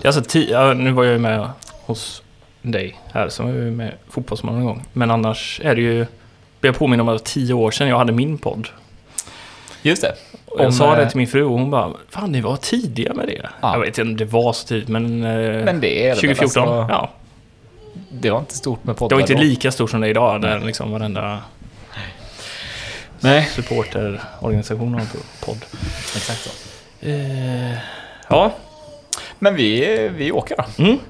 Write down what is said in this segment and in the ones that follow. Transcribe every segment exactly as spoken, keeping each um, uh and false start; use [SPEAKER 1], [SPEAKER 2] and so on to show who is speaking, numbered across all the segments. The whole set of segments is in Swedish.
[SPEAKER 1] Alltså, ti- ja, nu var jag ju med hos dig här, så var jag ju med Fotbollsman en gång. Men annars är det ju, jag påminner om att tio år sedan jag hade min podd.
[SPEAKER 2] Just det.
[SPEAKER 1] Och jag sa det till min fru och hon bara, fan ni var tidiga med det. Ja. Jag vet inte om det var så tidigt, men,
[SPEAKER 2] men det är det
[SPEAKER 1] tjugo fjorton,
[SPEAKER 2] alltså,
[SPEAKER 1] ja.
[SPEAKER 2] Det var inte stort med poddar.
[SPEAKER 1] Det var inte
[SPEAKER 2] då.
[SPEAKER 1] lika stort som det är idag, där liksom varenda
[SPEAKER 2] Nej.
[SPEAKER 1] supporterorganisation har en podd.
[SPEAKER 2] Exakt så.
[SPEAKER 1] Eh, ja.
[SPEAKER 2] Men vi, vi åker då.
[SPEAKER 1] Mm.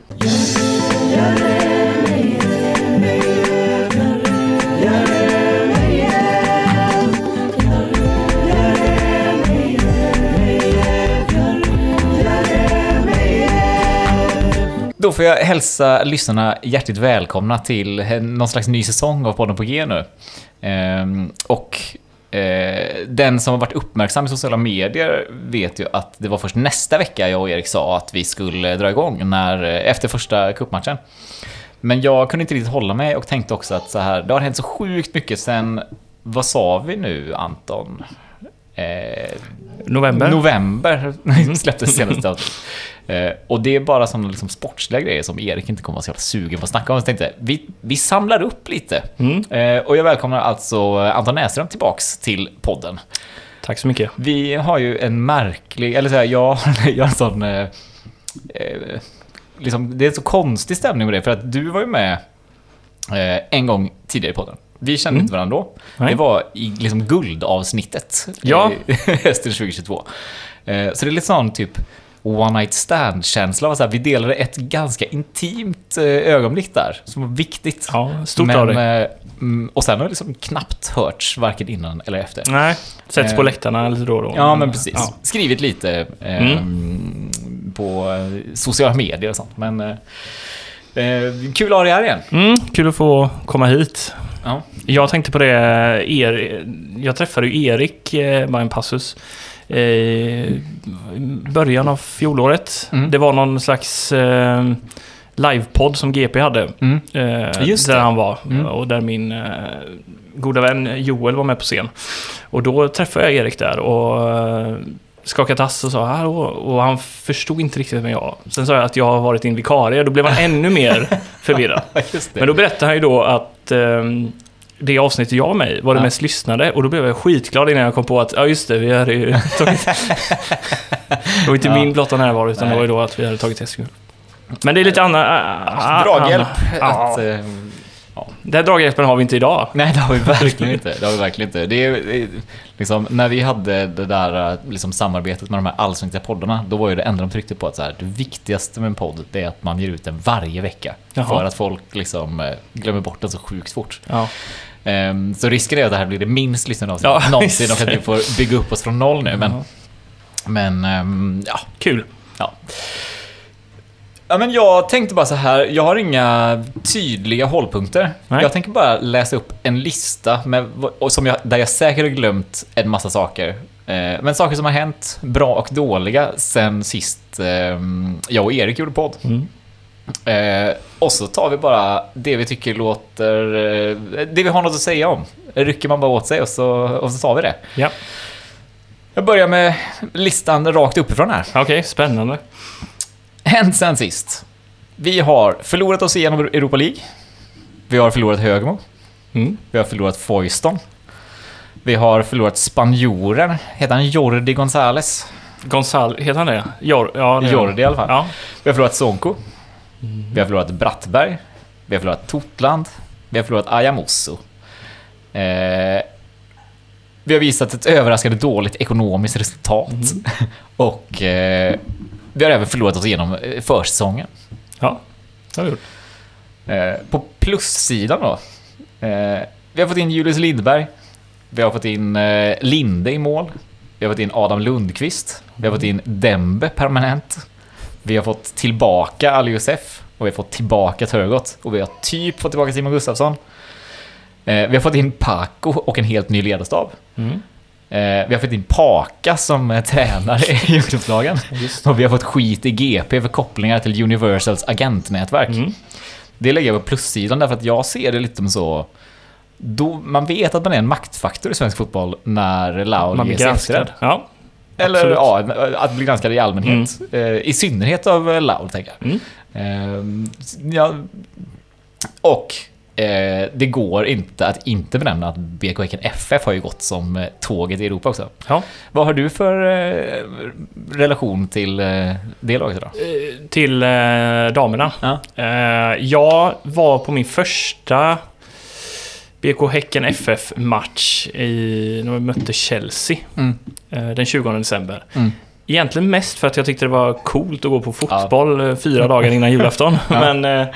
[SPEAKER 2] Då får jag hälsa lyssnarna hjärtligt välkomna till någon slags ny säsong av podden på G nu. Ehm, och eh, den som har varit uppmärksam i sociala medier vet ju att det var först nästa vecka jag och Erik sa att vi skulle dra igång när, efter första cupmatchen. Men jag kunde inte riktigt hålla mig och tänkte också att så här, det har hänt så sjukt mycket sen, vad sa vi nu Anton? Eh,
[SPEAKER 1] November.
[SPEAKER 2] November släpptes senaste avsnitt. Eh, och det är bara sådana liksom sportsliga grejer som Erik inte kommer att vara så jävla sugen på att snacka om. Så tänkte vi, vi samlar upp lite.
[SPEAKER 1] Mm.
[SPEAKER 2] Eh, och jag välkomnar alltså Anton Näsström tillbaks till podden.
[SPEAKER 1] Tack så mycket.
[SPEAKER 2] Vi har ju en märklig, eller så här, jag, jag har en sån eh, eh, liksom, det är en så konstig stämning med det, för att du var ju med eh, en gång tidigare i podden. Vi kände mm. inte varandra då. Nej. Det var i liksom guldavsnittet
[SPEAKER 1] ja.
[SPEAKER 2] hösten tjugo tjugotvå. Eh, så det är lite sån typ one night stand känsla. Så här, vi delade ett ganska intimt eh, ögonblick där som var viktigt.
[SPEAKER 1] Ja, stort
[SPEAKER 2] men,
[SPEAKER 1] av det.
[SPEAKER 2] Eh, och sen har det liksom knappt hörts varken innan eller efter.
[SPEAKER 1] Nej, sätts eh, på läktarna lite då och då.
[SPEAKER 2] Ja, men precis.
[SPEAKER 1] Ja.
[SPEAKER 2] Skrivit lite eh, mm. på sociala medier och sånt. Men eh, kul att ha dig här igen.
[SPEAKER 1] Mm, kul att få komma hit.
[SPEAKER 2] Ja.
[SPEAKER 1] Jag tänkte på det, er, jag träffade ju Erik eh, bara en passus eh, början av fjolåret. Mm. Det var någon slags eh, livepodd som G P hade
[SPEAKER 2] mm.
[SPEAKER 1] eh,
[SPEAKER 2] Just
[SPEAKER 1] där
[SPEAKER 2] det.
[SPEAKER 1] han var
[SPEAKER 2] mm.
[SPEAKER 1] och där min eh, goda vän Joel var med på scen. Och då träffade jag Erik där och eh, skakade tass och sa hallå, och han förstod inte riktigt vem jag. Sen sa jag att jag har varit in vikarie, då blev han ännu mer förvirrad. Men då berättade han ju då att eh, det avsnittet jag med var det ja. mest lyssnade, och då blev jag skitglad innan jag kom på att ja just det, vi hade ju tagit det var inte ja. min blotta närvaro, utan Nej. det var ju då att vi hade tagit hästguld. Men det är lite annan
[SPEAKER 2] ja, draghjälp
[SPEAKER 1] ja.
[SPEAKER 2] att, äh,
[SPEAKER 1] ja. Den här draghjälpen har vi inte idag.
[SPEAKER 2] Nej, det har vi verkligen inte. Det har vi verkligen inte. Det är, det är liksom, när vi hade det där liksom, samarbetet med de här allsvenska poddarna, då var ju det enda de tryckte på att så här, det viktigaste med en podd, det är att man ger ut den varje vecka. Jaha. För att folk liksom glömmer bort den så sjukt fort.
[SPEAKER 1] Ja.
[SPEAKER 2] Um, så risken är att det här blir det minst lyssnade av ja, någonsin, och att vi får bygga upp oss från noll nu. Men, ja. men um, ja,
[SPEAKER 1] kul.
[SPEAKER 2] Ja. Ja, men jag tänkte bara så här, jag har inga tydliga hållpunkter. Nej. Jag tänker bara läsa upp en lista med, som jag, där jag säkert har glömt en massa saker. Eh, men saker som har hänt, bra och dåliga, sen sist eh, jag och Erik gjorde podd.
[SPEAKER 1] Mm.
[SPEAKER 2] Eh, och så tar vi bara det vi tycker låter, eh, det vi har något att säga om. Rycker man bara åt sig och så, och så tar vi det.
[SPEAKER 1] Ja.
[SPEAKER 2] Jag börjar med listan rakt uppifrån här.
[SPEAKER 1] Okej, okay, spännande.
[SPEAKER 2] Hänt sen sist. Vi har förlorat oss igenom Europa League. Vi har förlorat Högmo.
[SPEAKER 1] Mm.
[SPEAKER 2] Vi har förlorat Foyston. Vi har förlorat spanjoren. Heter han Jordi González?
[SPEAKER 1] González, heter han det? Jor- ja, det
[SPEAKER 2] Jordi i alla fall.
[SPEAKER 1] Ja.
[SPEAKER 2] Vi har förlorat Sonko. Mm. Vi har förlorat Brattberg. Vi har förlorat Totland. Vi har förlorat Ayamusso. Eh, vi har visat ett överraskande dåligt ekonomiskt resultat. Mm. Och... Eh, vi har även förlorat oss igenom försäsongen.
[SPEAKER 1] Ja, det har vi gjort.
[SPEAKER 2] Eh, på plussidan då. Eh, vi har fått in Julius Lindberg. Vi har fått in eh, Linde i mål. Vi har fått in Adam Lundqvist. Vi har fått in Dembe permanent. Vi har fått tillbaka Ali Josef. Och vi har fått tillbaka Törgott. Och vi har typ fått tillbaka Simon Gustafsson. Eh, vi har fått in Paco och en helt ny ledarstab.
[SPEAKER 1] Mm.
[SPEAKER 2] Eh, vi har fått in Paka som eh, tränare i ungdomslagen. Och vi har fått skit i G P för kopplingar till Universals agentnätverk. Mm. Det lägger jag på plussidan därför att jag ser det lite som så... Då, man vet att man är en maktfaktor i svensk fotboll när Laul ger sig efter.
[SPEAKER 1] Ja.
[SPEAKER 2] Eller
[SPEAKER 1] Absolut.
[SPEAKER 2] ja, att bli granskad i allmänhet. Mm. I synnerhet av Laul, tänker jag. Mm. Ja, och eh, det går inte att inte benämna att B K Häcken F F har ju gått som tåget i Europa också.
[SPEAKER 1] Ja.
[SPEAKER 2] Vad har du för eh, relation till eh, det laget då?
[SPEAKER 1] Eh, till eh, damerna.
[SPEAKER 2] Ja.
[SPEAKER 1] Eh, jag var på min första B K Häcken F F-match i, när vi mötte Chelsea mm. eh, den tjugonde december. Mm. Egentligen mest för att jag tyckte det var coolt att gå på fotboll ja. fyra dagar innan julafton. Ja. Men eh,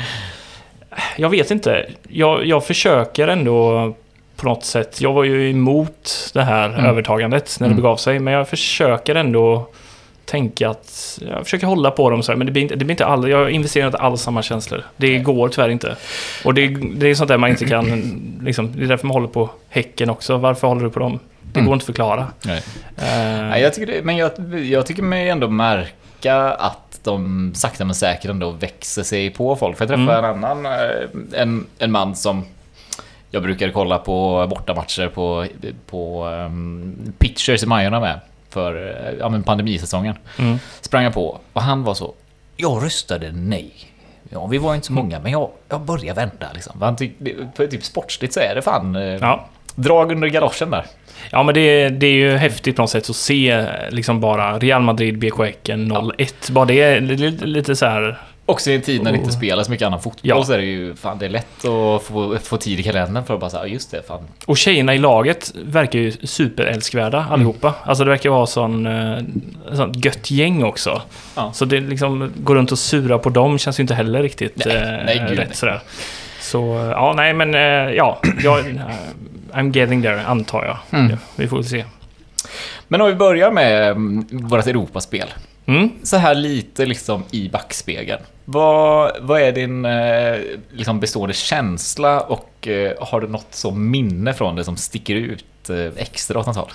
[SPEAKER 1] jag vet inte. Jag, jag försöker ändå på något sätt. Jag var ju emot det här mm. övertagandet när det begav sig. Men jag försöker ändå tänka att jag försöker hålla på dem så här, men det blir inte, det blir inte all, jag investerar inte alls samma känslor. Det går tyvärr inte. Och det, det är sånt där man inte kan liksom, det är därför man håller på Häcken också. Varför håller du på dem? Det mm. går inte att förklara. Nej. Uh,
[SPEAKER 2] Nej, jag tycker det, men jag, jag tycker mig ändå märka att de sakta men säkert ändå växer sig på folk. För jag träffade mm. en annan en, en man som jag brukar kolla på bortamatcher på, på um, pitchers i Majorna med för ja, men pandemisäsongen. Mm. Sprang jag på och han var så, jag röstade nej. Ja, vi var inte så många, men jag, jag började vända liksom. Han tyck, för typ sportsligt så är det fan ja. drag under galoschen där.
[SPEAKER 1] Ja, men det, det är ju häftigt på något sätt att se liksom bara Real Madrid, B K Häcken noll ett. Ja. Bara det är lite, lite så här.
[SPEAKER 2] Också i en tid när det inte spelas mycket annan fotboll ja. så är det ju fan, det är lätt att få, få tid i kalendern för att bara säga, just det, fan.
[SPEAKER 1] Och tjejerna i laget verkar ju superälskvärda allihopa. Mm. Alltså det verkar vara sån, sån gött gäng också. Ja. Så det liksom går runt och sura på dem känns ju inte heller riktigt nej, eh, nej, rätt nej. sådär. Så ja, nej men ja, jag, I'm getting there, antar jag. Mm. Ja, vi får se.
[SPEAKER 2] Men om vi börjar med vårt Europaspel.
[SPEAKER 1] Mm.
[SPEAKER 2] Så här lite liksom i backspegeln. Vad, vad är din eh, liksom bestående känsla och eh, har du något som minne från det som sticker ut eh, extra åt något håll?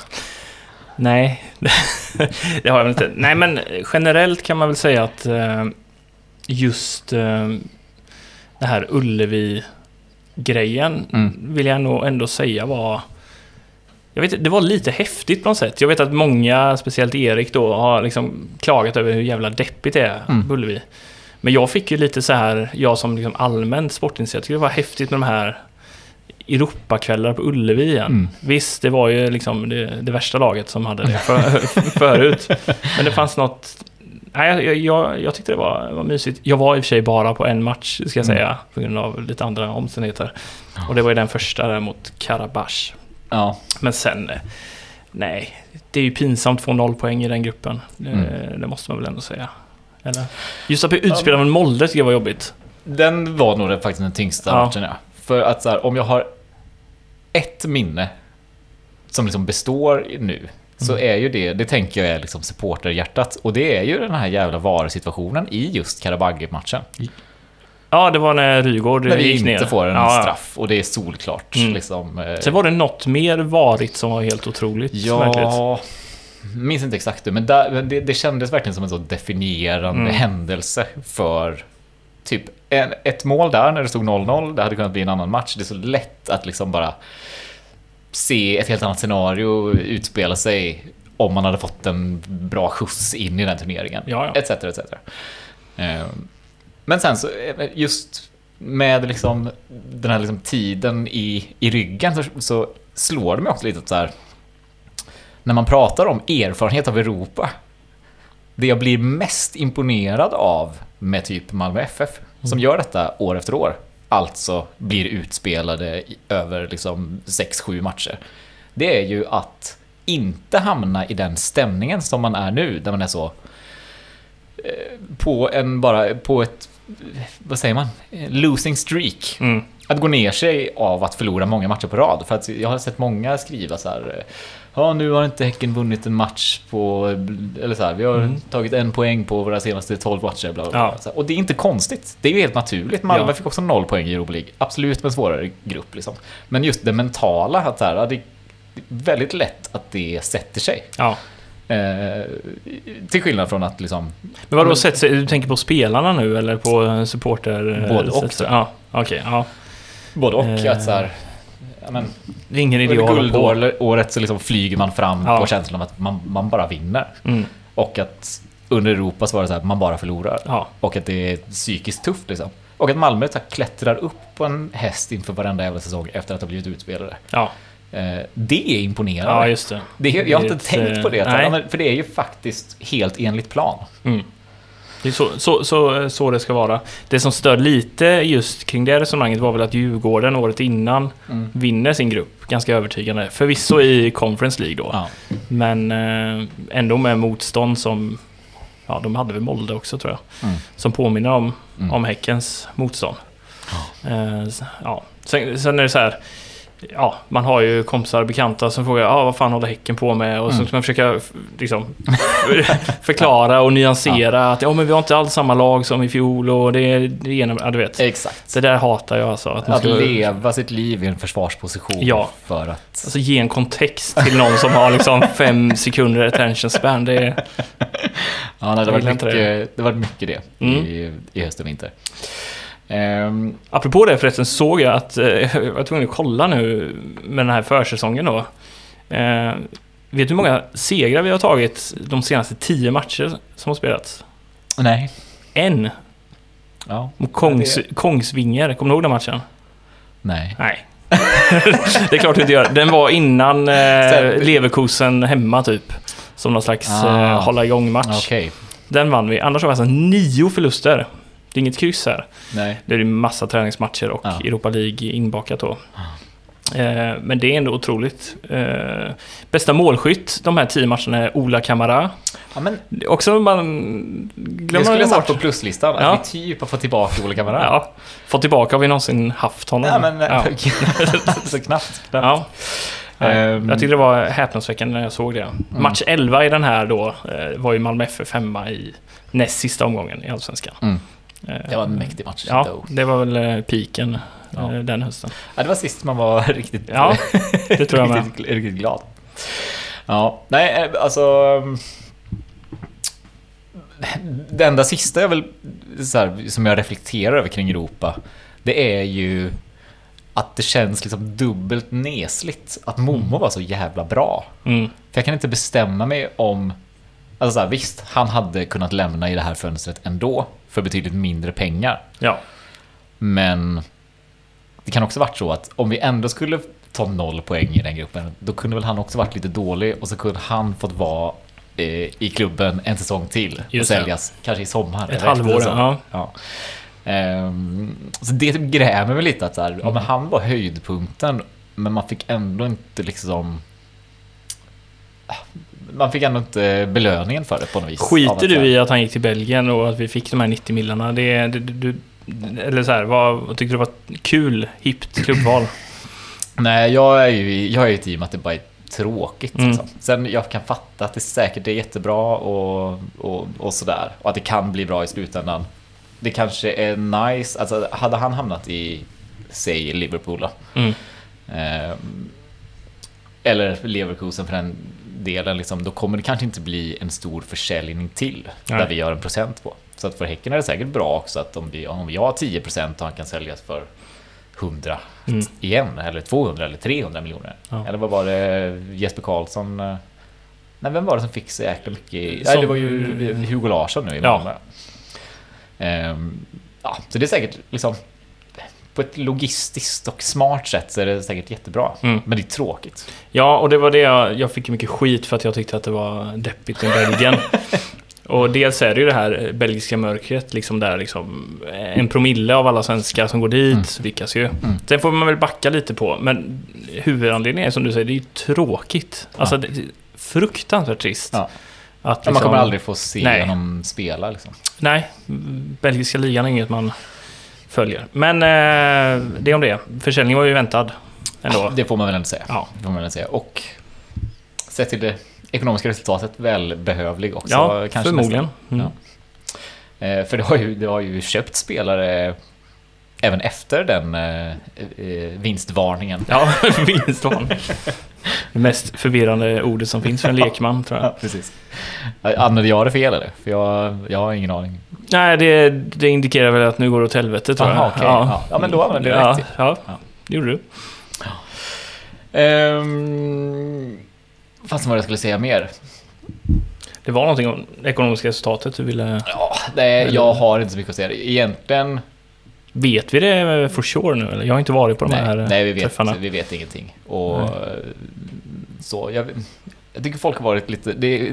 [SPEAKER 1] Nej, det har jag väl inte. Nej, men generellt kan man väl säga att eh, just eh, det här Ullevi-grejen mm. vill jag nog ändå säga var... Jag vet, det var lite häftigt på något sätt. Jag vet att många, speciellt Erik då, har liksom klagat över hur jävla deppigt det är mm. på Ullevi. Men jag fick ju lite så här, jag som liksom allmänt sportintresserad, tycker det var häftigt med de här Europakvällar på Ullevi igen. Mm. Visst, det var ju liksom det, det värsta laget som hade det för, förut. Men det fanns något... Nej, jag, jag, jag tyckte det var, var mysigt. Jag var i och för sig bara på en match, ska jag säga, mm. på grund av lite andra omständigheter. Och det var ju den första där mot Karabach.
[SPEAKER 2] Ja.
[SPEAKER 1] Men sen, nej, det är ju pinsamt att få noll poäng i den gruppen. Det, mm. det måste man väl ändå säga. Eller? Just att bli utspelad med Molde tycker jag var jobbigt.
[SPEAKER 2] Den var nog faktiskt den tyngsta
[SPEAKER 1] ja.
[SPEAKER 2] matchen, ja. För att så här, om jag har ett minne som liksom består nu, så mm. är ju det, det tänker jag är liksom supporterhjärtat. Och det är ju den här jävla varesituationen i just Karabagge-matchen.
[SPEAKER 1] Ja, det var när Rygård
[SPEAKER 2] när vi
[SPEAKER 1] gick
[SPEAKER 2] inte
[SPEAKER 1] ner.
[SPEAKER 2] får en
[SPEAKER 1] ja,
[SPEAKER 2] straff. Och det är solklart. Mm. Liksom, eh...
[SPEAKER 1] Sen var det något mer varigt som var helt otroligt.
[SPEAKER 2] Ja, verkligt. Minns inte exakt det. Men där, det, det kändes verkligen som en så definierande mm. händelse för typ en, ett mål där när det stod noll noll. Det hade kunnat bli en annan match. Det är så lätt att liksom bara se ett helt annat scenario utspela sig om man hade fått en bra skjuts in i den turneringen.
[SPEAKER 1] Ja, ja.
[SPEAKER 2] Etc, et cetera. Eh, Men sen så just med liksom den här liksom tiden i, i ryggen så, så slår det mig också lite att så här, när man pratar om erfarenhet av Europa, det jag blir mest imponerad av med typ Malmö F F mm. som gör detta år efter år, alltså blir utspelade i, över liksom sex sju matcher, det är ju att inte hamna i den stämningen som man är nu, där man är så eh, på en bara på ett, vad säger man, losing streak.
[SPEAKER 1] Mm.
[SPEAKER 2] Att gå ner sig av att förlora många matcher på rad. För att jag har sett många skriva så här: ja, nu har inte Häcken vunnit en match på, eller så här, vi har mm. tagit en poäng på våra senaste tolv matcher, bla bla bla.
[SPEAKER 1] Ja.
[SPEAKER 2] Och det är inte konstigt. Det är ju helt naturligt. Malmö ja. fick också noll poäng i Europa League. Absolut med en svårare grupp liksom. Men just det mentala, att så här, det är väldigt lätt att det sätter sig.
[SPEAKER 1] Ja.
[SPEAKER 2] Eh, till skillnad från att liksom...
[SPEAKER 1] Men vad då sett sig, du tänker på spelarna nu eller på supporter?
[SPEAKER 2] Både och.
[SPEAKER 1] Ja, okej, okay, ja.
[SPEAKER 2] Både och,
[SPEAKER 1] eh.
[SPEAKER 2] att så här, ja, men,
[SPEAKER 1] det är ingen idé att hålla på.
[SPEAKER 2] Guldåret så liksom flyger man fram
[SPEAKER 1] Ja.
[SPEAKER 2] på känslan av att man, man bara vinner.
[SPEAKER 1] Mm.
[SPEAKER 2] Och att under Europa så var det så här att man bara förlorar.
[SPEAKER 1] Ja.
[SPEAKER 2] Och att det är psykiskt tufft liksom. Och att Malmö så här klättrar upp på en häst inför varenda jävla säsong efter att ha blivit utspelare.
[SPEAKER 1] Ja.
[SPEAKER 2] Eh, det är imponerande.
[SPEAKER 1] Ja, just det.
[SPEAKER 2] det är, jag har inte
[SPEAKER 1] ett,
[SPEAKER 2] tänkt på det.
[SPEAKER 1] nej.
[SPEAKER 2] Men, för det är ju faktiskt helt enligt plan.
[SPEAKER 1] Mm. Det är så, så, så, så det ska vara. Det som stör lite just kring det resonemanget var väl att Djurgården året innan
[SPEAKER 2] Mm.
[SPEAKER 1] vinner sin grupp ganska övertygande. Förvisso i Conference League då.
[SPEAKER 2] Ja.
[SPEAKER 1] Men eh, ändå med motstånd som... Ja, de hade väl Molde också tror jag.
[SPEAKER 2] Mm.
[SPEAKER 1] Som påminner om,
[SPEAKER 2] Mm.
[SPEAKER 1] om Häckens motstånd. Eh, s- ja. sen, sen är det så här... Ja, man har ju kompisar och bekanta som frågar ah, vad fan håller Häcken på med? Och så
[SPEAKER 2] Mm.
[SPEAKER 1] ska man försöka f- liksom, förklara och nyansera ja. att ja, men vi har inte alls samma lag som i fjol och det är det ena, ja, du vet.
[SPEAKER 2] Exakt.
[SPEAKER 1] Det där hatar jag alltså. Att, man
[SPEAKER 2] Att
[SPEAKER 1] ska,
[SPEAKER 2] leva sitt liv i en försvarsposition
[SPEAKER 1] Ja.
[SPEAKER 2] för att...
[SPEAKER 1] alltså ge en kontext till någon som har liksom fem sekunder attention span. Det är,
[SPEAKER 2] Ja, nej, det,
[SPEAKER 1] Jag
[SPEAKER 2] var
[SPEAKER 1] gillar inte
[SPEAKER 2] mycket, det var mycket det
[SPEAKER 1] Mm.
[SPEAKER 2] i, i höst och vinter. Ehm,
[SPEAKER 1] apropå det förresten såg jag att eh, jag var tvungen att kolla nu med den här försäsongen då. Eh, vet du hur många segrar vi har tagit de senaste tio matcher som har spelats?
[SPEAKER 2] nej.
[SPEAKER 1] En.
[SPEAKER 2] Ja.
[SPEAKER 1] Mot Kongs,
[SPEAKER 2] det-
[SPEAKER 1] Kongsvinger. Kommer du ihåg den matchen?
[SPEAKER 2] Nej.
[SPEAKER 1] Nej. Det är klart du inte gör. Den var innan eh,
[SPEAKER 2] Sen-
[SPEAKER 1] Leverkusen hemma typ. Som någon slags
[SPEAKER 2] Ah.
[SPEAKER 1] eh, hålla igång match.
[SPEAKER 2] Okej.
[SPEAKER 1] Den vann vi. Annars har vi alltså nio förluster. Det är inget kryss här.
[SPEAKER 2] Nej.
[SPEAKER 1] Det är ju massa träningsmatcher och
[SPEAKER 2] Ja.
[SPEAKER 1] Europa League inbakat då. Eh, men det är ändå otroligt. Eh, bästa målskytt de här tio matcherna är Ola Kamara.
[SPEAKER 2] Ja, men
[SPEAKER 1] Också man
[SPEAKER 2] det
[SPEAKER 1] glömmer
[SPEAKER 2] skulle jag
[SPEAKER 1] bort.
[SPEAKER 2] satt på pluslistan. Att
[SPEAKER 1] Ja.
[SPEAKER 2] vi typ har fått tillbaka olika kameror.
[SPEAKER 1] Ja, fått tillbaka har vi någonsin haft honom.
[SPEAKER 2] Ja, men
[SPEAKER 1] ja.
[SPEAKER 2] så knappt. knappt.
[SPEAKER 1] Ja.
[SPEAKER 2] Ehm.
[SPEAKER 1] Jag tyckte det var häpnadsväckande när jag såg det. Match elva i den här då eh, var ju Malmö F F femma i näst sista omgången i Allsvenskan.
[SPEAKER 2] Mm.
[SPEAKER 1] Eh,
[SPEAKER 2] Det var en mäktig match.
[SPEAKER 1] Ja,
[SPEAKER 2] då.
[SPEAKER 1] det var väl eh, piken
[SPEAKER 2] Ja.
[SPEAKER 1] eh, den hösten.
[SPEAKER 2] Ja, det var sist man var riktigt,
[SPEAKER 1] Ja, det tror jag med.
[SPEAKER 2] riktigt, riktigt glad. Ja, nej, eh, alltså... Det enda sista jag vill, så här, som jag reflekterar över kring Europa, det är ju att det känns liksom dubbelt nesligt att Momo var så jävla bra.
[SPEAKER 1] Mm.
[SPEAKER 2] För jag kan inte bestämma mig om... Alltså så här, visst, han hade kunnat lämna i det här fönstret ändå för betydligt mindre pengar.
[SPEAKER 1] Ja,
[SPEAKER 2] Men det kan också varit så att om vi ändå skulle ta noll poäng i den gruppen, då kunde väl han också varit lite dålig och så kunde han fått vara eh, i klubben en säsong till och
[SPEAKER 1] Just det.
[SPEAKER 2] säljas kanske i sommar.
[SPEAKER 1] ett
[SPEAKER 2] eller
[SPEAKER 1] halvår.
[SPEAKER 2] efter säsong.
[SPEAKER 1] Ja.
[SPEAKER 2] Ja. Ehm, så det typ grämer mig lite att så här, ja, men han var höjdpunkten, men man fick ändå inte liksom... Man fick ändå inte belöningen för det på något vis. Av
[SPEAKER 1] Skiter
[SPEAKER 2] att,
[SPEAKER 1] du
[SPEAKER 2] så här-
[SPEAKER 1] i att han gick till Belgien och att vi fick de här nittio millarna? Det, det, du, eller så här, vad, vad tycker du var ett kul, hippt klubbval?
[SPEAKER 2] Nej, jag är ju i- jag är ju i team att det bara är tråkigt.
[SPEAKER 1] Mm.
[SPEAKER 2] Liksom. Sen jag kan fatta att det säkert är jättebra och, och, och sådär. Och att det kan bli bra i slutändan. Det kanske är nice. Alltså, hade han hamnat i, säg, Liverpool då.
[SPEAKER 1] Mm.
[SPEAKER 2] Eh, eller Leverkusen för den delen, liksom, då kommer det kanske inte bli en stor försäljning till.
[SPEAKER 1] Nej.
[SPEAKER 2] Där vi gör en procent på. Så att för Häcken är det säkert bra också att om vi, om vi har tio procent och han kan säljas för hundra
[SPEAKER 1] Mm.
[SPEAKER 2] igen, eller tvåhundra eller trehundra miljoner.
[SPEAKER 1] Ja.
[SPEAKER 2] Eller vad var det Jesper Karlsson? eh, Nej, vem var det som fick så jäkla mycket? i-
[SPEAKER 1] Som-
[SPEAKER 2] Nej, det var ju Hugo Larsson nu i
[SPEAKER 1] Ja.
[SPEAKER 2] Malmö. Ehm, ja, så det är säkert liksom på ett logistiskt och smart sätt så är det säkert jättebra.
[SPEAKER 1] Mm.
[SPEAKER 2] Men det är tråkigt.
[SPEAKER 1] Ja, och det var det jag, jag fick ju mycket skit för att jag tyckte att det var deppigt med Belgien. Och dels är det ju det här belgiska mörkret, liksom där liksom en promille av alla svenskar som går dit
[SPEAKER 2] Mm.
[SPEAKER 1] lyckas ju.
[SPEAKER 2] Mm.
[SPEAKER 1] Sen får man väl backa lite på, men huvudanledningen är som du säger, det är ju tråkigt.
[SPEAKER 2] Ja.
[SPEAKER 1] Alltså, det är fruktansvärt trist.
[SPEAKER 2] Ja.
[SPEAKER 1] Att
[SPEAKER 2] Ja,
[SPEAKER 1] liksom,
[SPEAKER 2] man kommer aldrig få se
[SPEAKER 1] Nej.
[SPEAKER 2] honom spela liksom.
[SPEAKER 1] Nej, belgiska ligan är inget man följer. Men eh, det är om det. Försäljningen var ju väntad ändå.
[SPEAKER 2] Det får man väl inte säga.
[SPEAKER 1] Ja.
[SPEAKER 2] Det får man väl inte säga. Och sett till det ekonomiska resultatet välbehövlig också.
[SPEAKER 1] Ja,
[SPEAKER 2] kanske
[SPEAKER 1] förmodligen.
[SPEAKER 2] nästan.
[SPEAKER 1] Mm.
[SPEAKER 2] Ja. Eh, för det har, ju, det har ju köpt spelare även efter den eh, eh, vinstvarningen.
[SPEAKER 1] Ja, vinstvarning. Det mest förvirrande ordet som finns för en lekman, tror jag.
[SPEAKER 2] Ja, precis. Använde jag det fel eller? För jag, jag har ingen aning.
[SPEAKER 1] Nej, det, det indikerar väl att nu går det åt helvete, tror
[SPEAKER 2] Aha,
[SPEAKER 1] jag.
[SPEAKER 2] okej. Ja. Ja, men då använder jag
[SPEAKER 1] ja,
[SPEAKER 2] rätt.
[SPEAKER 1] ja,
[SPEAKER 2] Ja.
[SPEAKER 1] det gjorde du.
[SPEAKER 2] Um, fast vad jag skulle säga mer.
[SPEAKER 1] Det var någonting om det ekonomiska resultatet du ville...
[SPEAKER 2] Ja, det, jag har inte så mycket att säga. Egentligen...
[SPEAKER 1] Vet vi det for sure nu? Eller? Jag har inte varit på de
[SPEAKER 2] nej,
[SPEAKER 1] här
[SPEAKER 2] nej, vi vet,
[SPEAKER 1] träffarna.
[SPEAKER 2] vi vet ingenting. Och nej. så, jag, jag tycker folk har varit lite... Det,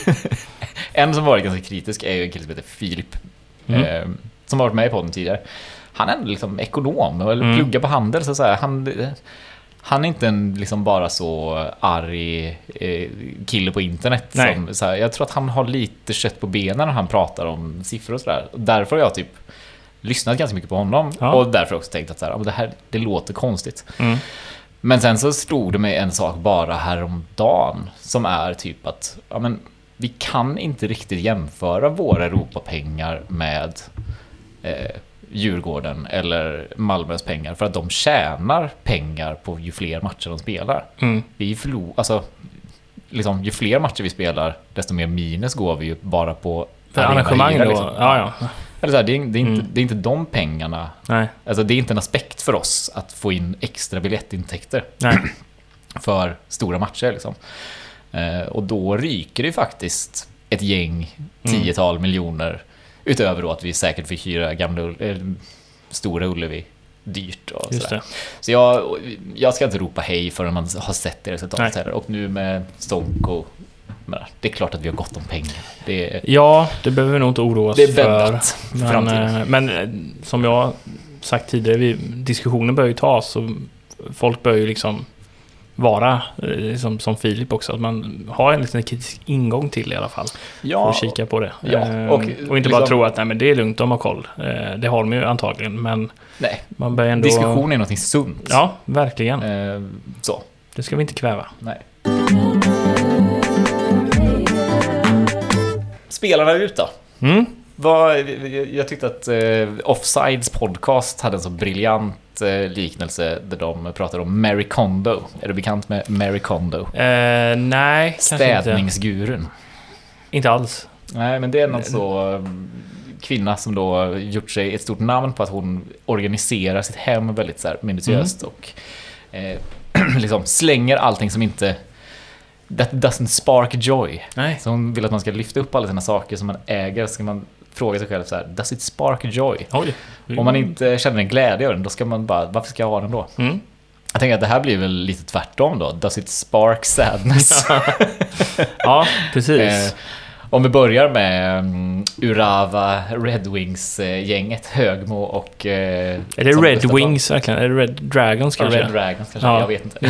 [SPEAKER 2] en som varit ganska kritisk är ju en kille som heter Filip. Mm. Eh, som har varit med på den tidigare. Han är liksom ekonom eller mm. pluggar på handel. Så, så här, han... Han är inte en liksom bara så arg eh, kille på internet. Som, så här, jag tror att han har lite kött på benen när han pratar om siffror och sådär. Därför har jag typ lyssnat ganska mycket på honom. Ja. Och därför också tänkt att så här, det här det låter konstigt. Mm. Men sen så slog det mig en sak bara häromdagen. Som är typ att ja, men, vi kan inte riktigt jämföra våra Europapengar med... Eh, Djurgården eller Malmös pengar för att de tjänar pengar på ju fler matcher de spelar. Mm. Vi förlor, alltså liksom, ju fler matcher vi spelar desto mer minus går vi ju bara på
[SPEAKER 1] arrangemang då. Liksom. Ja, ja.
[SPEAKER 2] Eller så här, det, är, det, är inte, mm. det är inte de pengarna.
[SPEAKER 1] Nej.
[SPEAKER 2] Alltså det är inte en aspekt för oss att få in extra biljettintäkter.
[SPEAKER 1] Nej.
[SPEAKER 2] För stora matcher liksom. Eh, och då ryker det faktiskt ett gäng tiotal mm. miljoner. Utöver då att vi säkert fick hyra gamla, äh, stora Ullevi dyrt och sådär. Så jag, jag ska inte ropa hej förrän man har sett det resultatet heller. Och nu med Stonko, det är klart att vi har gott om pengar. Det är,
[SPEAKER 1] ja, det behöver vi nog inte oroa oss
[SPEAKER 2] det är bäddat
[SPEAKER 1] för. Men, men som jag sagt tidigare, vi, diskussionen bör ju tas och folk bör ju liksom vara liksom, som Filip också, att man har en liten kritisk ingång till i alla fall.
[SPEAKER 2] Ja,
[SPEAKER 1] för att kika på det.
[SPEAKER 2] Ja,
[SPEAKER 1] och, och inte liksom, bara tro att nej, men det är lugnt, de har koll. Det har de ju antagligen, men
[SPEAKER 2] nej,
[SPEAKER 1] man bör ändå...
[SPEAKER 2] diskussion är något sunt.
[SPEAKER 1] Ja, verkligen.
[SPEAKER 2] Eh, så.
[SPEAKER 1] Det ska vi inte kväva.
[SPEAKER 2] Nej. Spelarna ut då?
[SPEAKER 1] Mm.
[SPEAKER 2] Vad, jag tyckte att eh, Offsides podcast hade en så briljant eh, liknelse där de pratade om Mary Kondo. Är du bekant med Mary Kondo?
[SPEAKER 1] Eh, nej,
[SPEAKER 2] städningsgurun.
[SPEAKER 1] Inte. inte alls.
[SPEAKER 2] Nej, men det är någon så eh, kvinna som då gjort sig ett stort namn på att hon organiserar sitt hem väldigt så här minutiöst mm. och eh, liksom slänger allting som inte that doesn't spark joy.
[SPEAKER 1] Nej.
[SPEAKER 2] Så hon vill att man ska lyfta upp alla sina saker som man äger, så ska man fråga sig själv så här: does it spark joy?
[SPEAKER 1] Oj.
[SPEAKER 2] Mm. Om man inte känner en glädje av den, då ska man bara, varför ska jag ha den då?
[SPEAKER 1] Mm.
[SPEAKER 2] Jag tänker att det här blir väl lite tvärtom då. Does it spark sadness?
[SPEAKER 1] Ja, precis.
[SPEAKER 2] Eh, om vi börjar med um, Urawa Red Wings-gänget, Högmo och... Eh,
[SPEAKER 1] är det Red Wings verkligen? Är det Red Dragons kanske?
[SPEAKER 2] Red Dragons kanske, ja. Jag vet inte.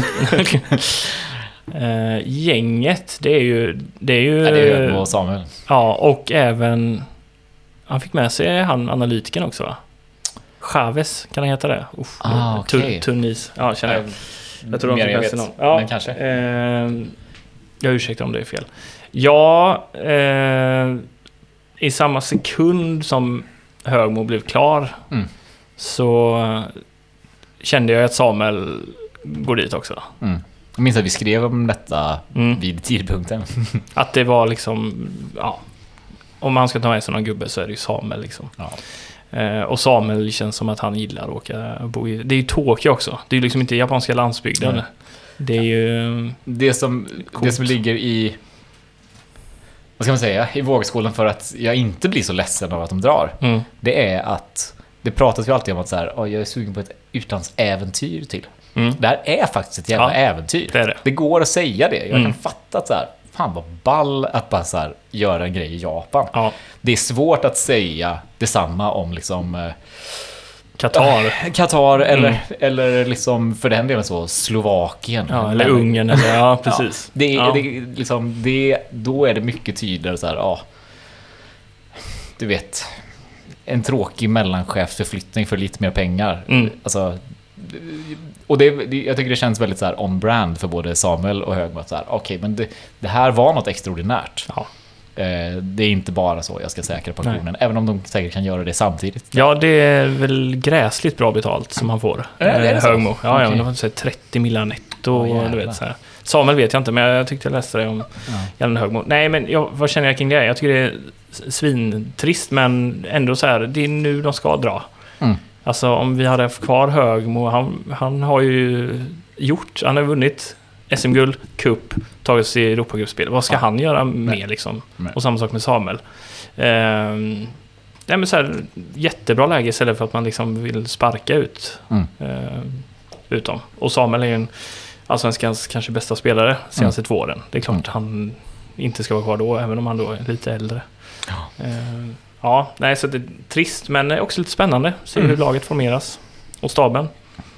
[SPEAKER 1] Uh, gänget, det är ju det är ju
[SPEAKER 2] ja, det är Högmo och Samuel.
[SPEAKER 1] Ja, och även han fick med sig han analytiken också, va? Chavez, kan han heta det? Uff,
[SPEAKER 2] ah, okay.
[SPEAKER 1] Tunis. Ja, känner jag. Jag tror de fick med sig någon.
[SPEAKER 2] Ja, men kanske.
[SPEAKER 1] Uh, jag ursäktar om det är fel. Ja, uh, i samma sekund som Högmo blev klar
[SPEAKER 2] mm.
[SPEAKER 1] så kände jag att Samuel går dit också.
[SPEAKER 2] Mm. Jag minns att vi skrev om detta
[SPEAKER 1] mm.
[SPEAKER 2] vid tidpunkten.
[SPEAKER 1] Att det var liksom, ja, om man ska ta med sig någon gubbe så är det ju Samuel liksom.
[SPEAKER 2] Ja.
[SPEAKER 1] Eh, och Samuel känns som att han gillar att åka bo i, det är ju Tokyo också. Det är ju liksom inte japanska landsbygden. Mm. Det är ju
[SPEAKER 2] det som, det som ligger i, vad ska man säga, i vågskålen för att jag inte blir så ledsen av att de drar.
[SPEAKER 1] Mm.
[SPEAKER 2] Det är att det pratas ju alltid om att så här, oh, jag är sugen på ett utlandsäventyr till.
[SPEAKER 1] Mm.
[SPEAKER 2] Det här är faktiskt ett jävla
[SPEAKER 1] ja,
[SPEAKER 2] äventyr.
[SPEAKER 1] Det, är det.
[SPEAKER 2] det går att säga det. Jag
[SPEAKER 1] mm.
[SPEAKER 2] kan fatta att så här, fan vad ball att bara så här, göra en grej i Japan.
[SPEAKER 1] Ja.
[SPEAKER 2] Det är svårt att säga detsamma om liksom
[SPEAKER 1] Qatar,
[SPEAKER 2] äh, Qatar
[SPEAKER 1] mm.
[SPEAKER 2] eller, eller liksom för den delen så Slovakien.
[SPEAKER 1] Ja, eller Ungern. Eller, ja, precis.
[SPEAKER 2] Ja, det,
[SPEAKER 1] ja.
[SPEAKER 2] det, liksom, det, då är det mycket tydligare så här, ja, du vet, en tråkig mellanchefsförflyttning för lite mer pengar.
[SPEAKER 1] Mm.
[SPEAKER 2] Alltså, och det, jag tycker det känns väldigt så här on brand för både Samuel och Högmo. Okej, okay, men det, det här var något extraordinärt.
[SPEAKER 1] Ja.
[SPEAKER 2] Eh, det är inte bara så jag ska säkra pensionen, även om de säkert kan göra det samtidigt.
[SPEAKER 1] Ja, det är väl gräsligt bra betalt som han får.
[SPEAKER 2] Äh, är det
[SPEAKER 1] Högmo.
[SPEAKER 2] Så?
[SPEAKER 1] Ja,
[SPEAKER 2] okay.
[SPEAKER 1] ja, men de har trettio miljoner netto.
[SPEAKER 2] Oh,
[SPEAKER 1] du vet, så här. Samuel vet jag inte, men jag tyckte jag läste det om
[SPEAKER 2] ja.
[SPEAKER 1] Jan Högmo. Nej, men jag, vad känner jag kring det? Jag tycker det är svintrist, men ändå så här, det är nu de ska dra.
[SPEAKER 2] Mm.
[SPEAKER 1] Alltså om vi hade haft kvar Högmo, han, han har ju gjort? Han har vunnit S M-guld, cup, tagit sig i Europagruppspel. Vad ska ja. han göra
[SPEAKER 2] Nej.
[SPEAKER 1] med liksom?
[SPEAKER 2] Nej.
[SPEAKER 1] Och samma sak med Samuel. Ehm, nej, men så här, jättebra läge istället för att man liksom vill sparka ut
[SPEAKER 2] mm.
[SPEAKER 1] ehm, ut dem. Och Samuel är ju en allsvenskans kanske bästa spelare senaste mm. två åren. Det är klart mm. han inte ska vara kvar då, även om han då är lite äldre.
[SPEAKER 2] Ja,
[SPEAKER 1] ehm, ja nej, så det är trist, men också lite spännande. Se
[SPEAKER 2] Mm.
[SPEAKER 1] hur laget formeras. Och staben.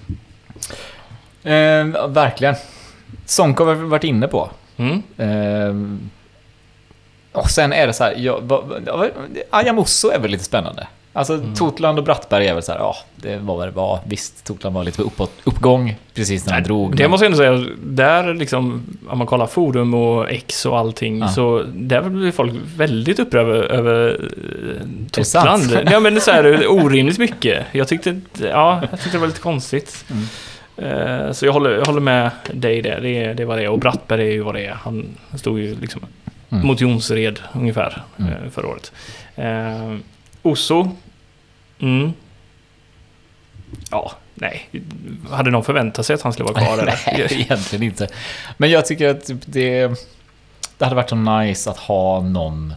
[SPEAKER 2] Ehm, verkligen. Sonko har vi varit inne på.
[SPEAKER 1] Mm.
[SPEAKER 2] Ehm, och sen är det så här, jag, va, va, Ayamusso är väl lite spännande. Alltså mm. Totland och Brattberg är väl så här, ja, det var vad det var. Visst, Totland var lite på uppåt, uppgång precis när han drog.
[SPEAKER 1] Det
[SPEAKER 2] men...
[SPEAKER 1] måste jag ändå säga, där liksom, om man kollar forum och X och allting, ja. så där blir folk väldigt upprörda över, över Totland. Ja, men det är så här orimligt mycket. Jag tyckte, ja, jag tyckte det var lite konstigt. Mm. Uh, så jag håller, jag håller med dig där. Det, det var det. Och Brattberg är ju vad det är. Han stod ju liksom mm. mot Jonsered ungefär mm. uh, förra året. Uh, Osso. Mm. Ja, nej. Hade någon förväntat sig att han skulle vara kvar? Eller?
[SPEAKER 2] Nej, egentligen inte. Men jag tycker att det, det hade varit så nice att ha någon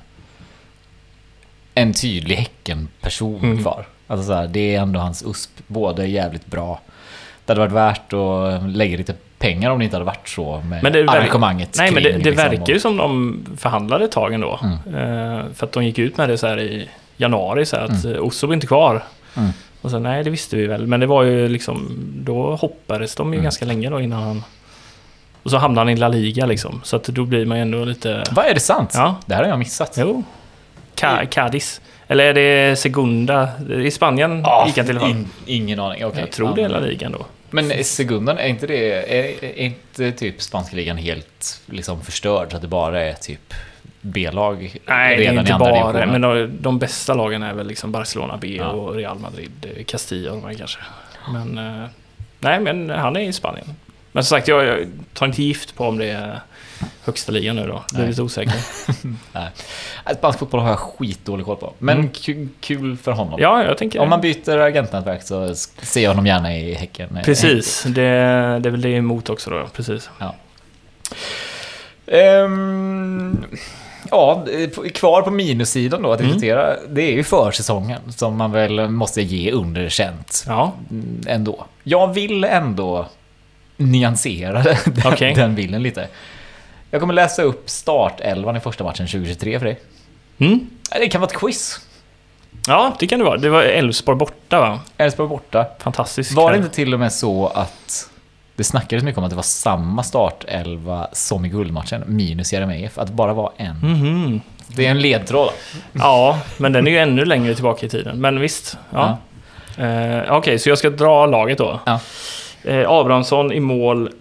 [SPEAKER 2] en tydlig Häcken-person mm. kvar. Alltså så här, det är ändå hans U S P. Båda är jävligt bra. Det hade varit värt att lägga lite pengar om det inte hade varit så med men det arrangemanget.
[SPEAKER 1] Nej, men det, det
[SPEAKER 2] liksom
[SPEAKER 1] verkar ju
[SPEAKER 2] och...
[SPEAKER 1] som de förhandlade ett tag ändå. Mm. Uh, för att de gick ut med det så här i januari så här att mm. Osso blir inte kvar. Mm. Och så nej, det visste vi väl. Men det var ju liksom, då hoppades de ju mm. ganska länge då innan han... Och så hamnade han i La Liga liksom. Så att då blir man ju ändå lite...
[SPEAKER 2] Vad är det sant?
[SPEAKER 1] Ja.
[SPEAKER 2] Det här har jag missat.
[SPEAKER 1] Jo. Ka- Cadiz. Eller är det Segunda? I Spanien
[SPEAKER 2] ah,
[SPEAKER 1] gick han till
[SPEAKER 2] in, ingen aning. Okay.
[SPEAKER 1] Jag tror ja. det är La Liga ändå.
[SPEAKER 2] Men Segundan, är inte det är, är inte typ spanska ligan helt liksom förstörd så att det bara är typ B-lag?
[SPEAKER 1] Nej,
[SPEAKER 2] redan
[SPEAKER 1] det är inte
[SPEAKER 2] i andra
[SPEAKER 1] bara.
[SPEAKER 2] divisionen?
[SPEAKER 1] Men de, de bästa lagen är väl liksom Barcelona B
[SPEAKER 2] ja.
[SPEAKER 1] och Real Madrid, Castilla och de här kanske. Men eh, nej, men han är i Spanien. Men som sagt, jag, jag tar inte gift på om det är högsta ligan nu då. Det är lite osäker.
[SPEAKER 2] Nej. Spansk fotboll har jag skitdålig koll på. Men mm. kul, kul för honom.
[SPEAKER 1] Ja, jag tänker...
[SPEAKER 2] Om man byter agentnätverk så ser jag honom gärna i Häcken.
[SPEAKER 1] Precis, det, det är väl det emot också då. Precis.
[SPEAKER 2] Ja. Um, ja, kvar på minussidan då att diskutera. Mm. Det är ju försäsongen som man väl måste ge underkänt.
[SPEAKER 1] Ja.
[SPEAKER 2] Ändå. Jag vill ändå nyansera den,
[SPEAKER 1] okay.
[SPEAKER 2] den bilden lite. Jag kommer läsa upp startelvan i första matchen tjugohundratjugotre för dig.
[SPEAKER 1] Mm.
[SPEAKER 2] Det kan vara ett quiz.
[SPEAKER 1] Ja, det kan det vara. Det var Elfsborg borta, va?
[SPEAKER 2] Elfsborg borta.
[SPEAKER 1] Fantastiskt.
[SPEAKER 2] Var det inte till och med så att det snackades mycket om att det var samma startelva som i guldmatchen minus J R M F, att det bara var en.
[SPEAKER 1] Mm-hmm.
[SPEAKER 2] Det är en ledtråd.
[SPEAKER 1] Ja, men den är ju ännu längre tillbaka i tiden. Men visst, ja. ja. Eh, Okej, okay, så jag ska dra laget då.
[SPEAKER 2] Ja.
[SPEAKER 1] Eh, Abrahamsson i mål.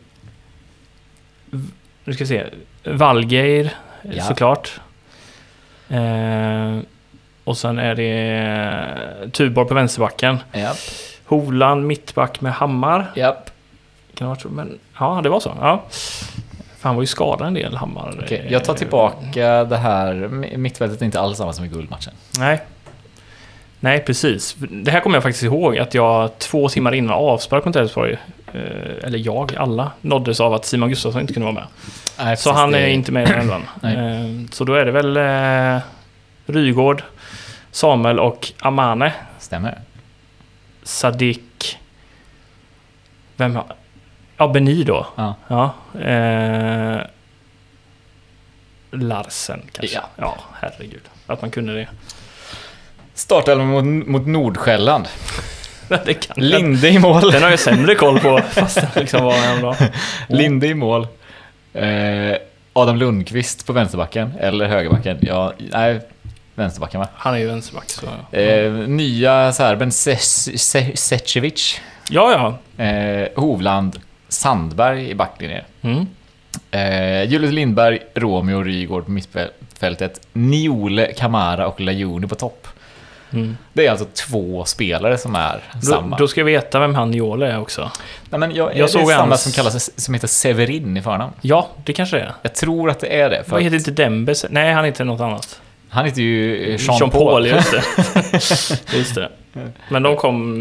[SPEAKER 1] Nu ska vi se. Valgeir, ja. såklart. Eh, och sen är det Tuborg på vänsterbacken.
[SPEAKER 2] Japp.
[SPEAKER 1] Holand mittback med Hammar.
[SPEAKER 2] Japp.
[SPEAKER 1] Kan det vara så? Men ja, det var så. Ja. Fan, var ju skadad en del Hammar.
[SPEAKER 2] Okay, jag tar tillbaka det här. Mittfältet är inte alls samma som i guldmatchen.
[SPEAKER 1] Nej. Nej, precis. Det här kommer jag faktiskt ihåg att jag två timmar innan avspark mot Elfsborg, eh, eller jag, alla, nåddes av att Simon Gustafsson inte kunde vara med. Nej, så han är det... inte med i den elvan. eh, Så då är det väl eh, Rygård, Samuel och Amane.
[SPEAKER 2] Stämmer.
[SPEAKER 1] Sadik. Vem har... Ja, Beni då.
[SPEAKER 2] Ja.
[SPEAKER 1] ja. Eh, Larsen kanske.
[SPEAKER 2] Ja.
[SPEAKER 1] ja, herregud. Att man kunde det.
[SPEAKER 2] Startelvan mot, mot Nordsjälland.
[SPEAKER 1] Det kan
[SPEAKER 2] Linde i mål.
[SPEAKER 1] Den har jag sämre koll på. Fast den liksom var en bra.
[SPEAKER 2] Linde i mål. Eh, Adam Lundqvist på vänsterbacken. Eller högerbacken. Ja, nej, vänsterbacken va?
[SPEAKER 1] Han är ju vänsterback. Så.
[SPEAKER 2] Eh, nya Serben Secevic.
[SPEAKER 1] Ja, ja.
[SPEAKER 2] Eh, Hovland. Sandberg i backlinjen.
[SPEAKER 1] Mm.
[SPEAKER 2] Eh, Julius Lindberg, Romeo Rygård på mittfältet. Niole, Kamara och Lajuni på topp.
[SPEAKER 1] Mm.
[SPEAKER 2] Det är alltså två spelare som är
[SPEAKER 1] då,
[SPEAKER 2] samma.
[SPEAKER 1] Då ska jag veta vem han Niole är också.
[SPEAKER 2] Nej, men jag,
[SPEAKER 1] jag
[SPEAKER 2] är
[SPEAKER 1] såg
[SPEAKER 2] det samma
[SPEAKER 1] hans...
[SPEAKER 2] som kallas som heter Severin i förnamn?
[SPEAKER 1] Ja, det kanske det är.
[SPEAKER 2] Jag tror att det är det. För
[SPEAKER 1] Vad heter
[SPEAKER 2] att...
[SPEAKER 1] inte Dembes? Nej, han heter något annat.
[SPEAKER 2] Han heter ju Jean,
[SPEAKER 1] Jean
[SPEAKER 2] Paul.
[SPEAKER 1] Paul, just det. Just det. Men de kom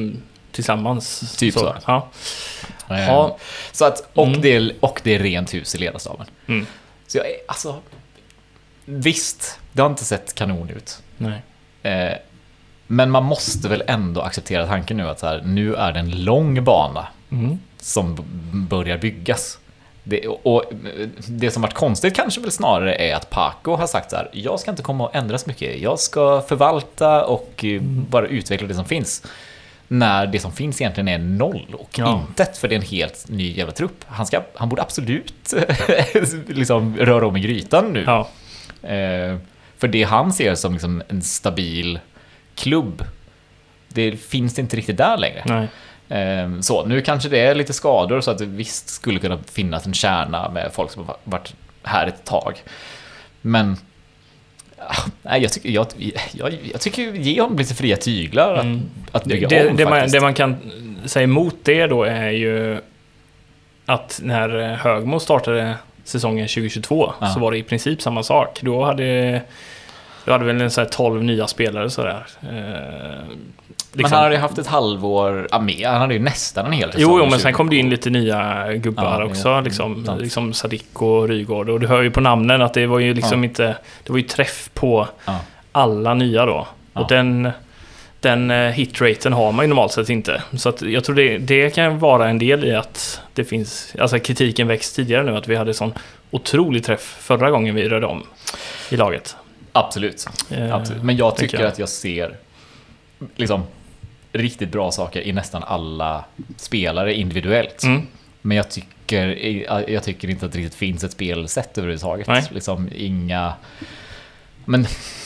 [SPEAKER 1] tillsammans.
[SPEAKER 2] Typ så.
[SPEAKER 1] så. Ja.
[SPEAKER 2] Eh,
[SPEAKER 1] Ja.
[SPEAKER 2] Så att, och,
[SPEAKER 1] Mm.
[SPEAKER 2] det är, och det är rent hus i ledarstaben.
[SPEAKER 1] Mm.
[SPEAKER 2] Så jag är, alltså, visst, det har inte sett kanon ut.
[SPEAKER 1] Nej.
[SPEAKER 2] Eh, men man måste väl ändå acceptera tanken nu att så här, nu är det en lång bana
[SPEAKER 1] Mm.
[SPEAKER 2] som b- börjar byggas. Det, och det som varit konstigt kanske väl snarare är att Paco har sagt så här: jag ska inte komma och ändra så mycket. Jag ska förvalta och eh, bara utveckla det som finns. När det som finns egentligen är noll och
[SPEAKER 1] Ja.
[SPEAKER 2] intet, för det är en helt ny jävla trupp. Han, ska, han borde absolut liksom röra om i grytan nu.
[SPEAKER 1] Ja.
[SPEAKER 2] Eh, för det han ser som liksom en stabil klubb, det finns inte riktigt där längre.
[SPEAKER 1] Nej.
[SPEAKER 2] Eh, så nu kanske det är lite skador, så att det visst skulle kunna finnas en kärna med folk som har varit här ett tag. Men ah, nej, jag tycker jag, jag, jag tycker ge honom lite fria tyglar att,
[SPEAKER 1] Mm.
[SPEAKER 2] att bygga
[SPEAKER 1] det,
[SPEAKER 2] om
[SPEAKER 1] det, man,
[SPEAKER 2] faktiskt.
[SPEAKER 1] det man kan säga emot det då är ju att när Högmo startade säsongen tjugohundratjugotvå
[SPEAKER 2] Ja.
[SPEAKER 1] så var det i princip samma sak. Då hade, då hade väl en så här tolv nya spelare sådär. Eh,
[SPEAKER 2] Men han hade ju haft ett halvår ja, med. Han hade ju nästan en hel säsong.
[SPEAKER 1] Jo, jo, men sen kom det in lite nya gubbar
[SPEAKER 2] Ja,
[SPEAKER 1] också,
[SPEAKER 2] ja.
[SPEAKER 1] liksom,
[SPEAKER 2] Sant.
[SPEAKER 1] liksom Sadik och Rygård. Och du hör ju på namnen att det var ju liksom
[SPEAKER 2] Ja.
[SPEAKER 1] inte, det var ju träff på
[SPEAKER 2] Ja.
[SPEAKER 1] alla nya då.
[SPEAKER 2] Ja.
[SPEAKER 1] Och den, den eh, hitraten har man ju normalt sett inte. Så att jag tror det, det kan vara en del i att det finns, alltså kritiken växt tidigare nu, att vi hade sån otrolig träff förra gången vi rörde om i laget.
[SPEAKER 2] Absolut.
[SPEAKER 1] Eh,
[SPEAKER 2] Absolut. Men jag
[SPEAKER 1] tänker
[SPEAKER 2] tycker
[SPEAKER 1] jag.
[SPEAKER 2] att jag ser liksom riktigt bra saker i nästan alla spelare individuellt.
[SPEAKER 1] Mm.
[SPEAKER 2] Men jag tycker, jag tycker inte att det riktigt finns ett spelsätt överhuvudtaget.
[SPEAKER 1] Nej.
[SPEAKER 2] Liksom inga... Men...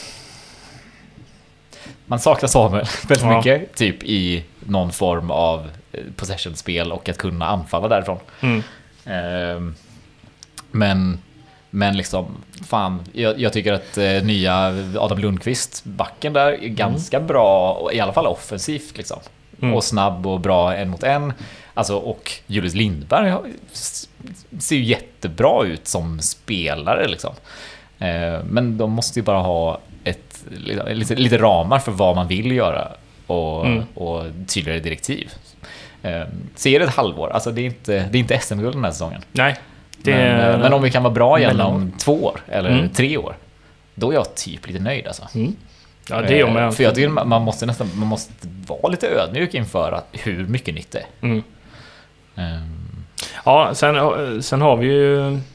[SPEAKER 2] Man saknar Samuel väldigt
[SPEAKER 1] Ja.
[SPEAKER 2] mycket. Typ i någon form av possession-spel och att kunna anfalla därifrån.
[SPEAKER 1] Mm.
[SPEAKER 2] Ehm, Men... Men liksom, fan, jag, jag tycker att eh, nya Adam Lundqvist, backen där, är ganska bra, och i alla fall offensivt liksom.
[SPEAKER 1] Mm.
[SPEAKER 2] Och snabb och bra en mot en. Alltså, och Julius Lindberg har- s- ser ju jättebra ut som spelare liksom. Eh, men de måste ju bara ha ett, lite, lite ramar för vad man vill göra och,
[SPEAKER 1] Mm.
[SPEAKER 2] och tydligare direktiv. Eh, ser det ett halvår, alltså det är inte, det är inte S M-guld den här säsongen.
[SPEAKER 1] Nej. Det
[SPEAKER 2] Men,
[SPEAKER 1] är-
[SPEAKER 2] men om vi kan vara bra igen
[SPEAKER 1] mellan-
[SPEAKER 2] om två år eller
[SPEAKER 1] Mm.
[SPEAKER 2] tre år, då är jag typ lite nöjd alltså.
[SPEAKER 1] Mm. Ja, det är jag
[SPEAKER 2] Eh,
[SPEAKER 1] med.
[SPEAKER 2] För jag tycker man man måste nästan man måste vara lite ödmjuk inför att hur mycket nytt det är.
[SPEAKER 1] Mm.
[SPEAKER 2] Ehm,
[SPEAKER 1] Ja, sen, sen har vi ju eh,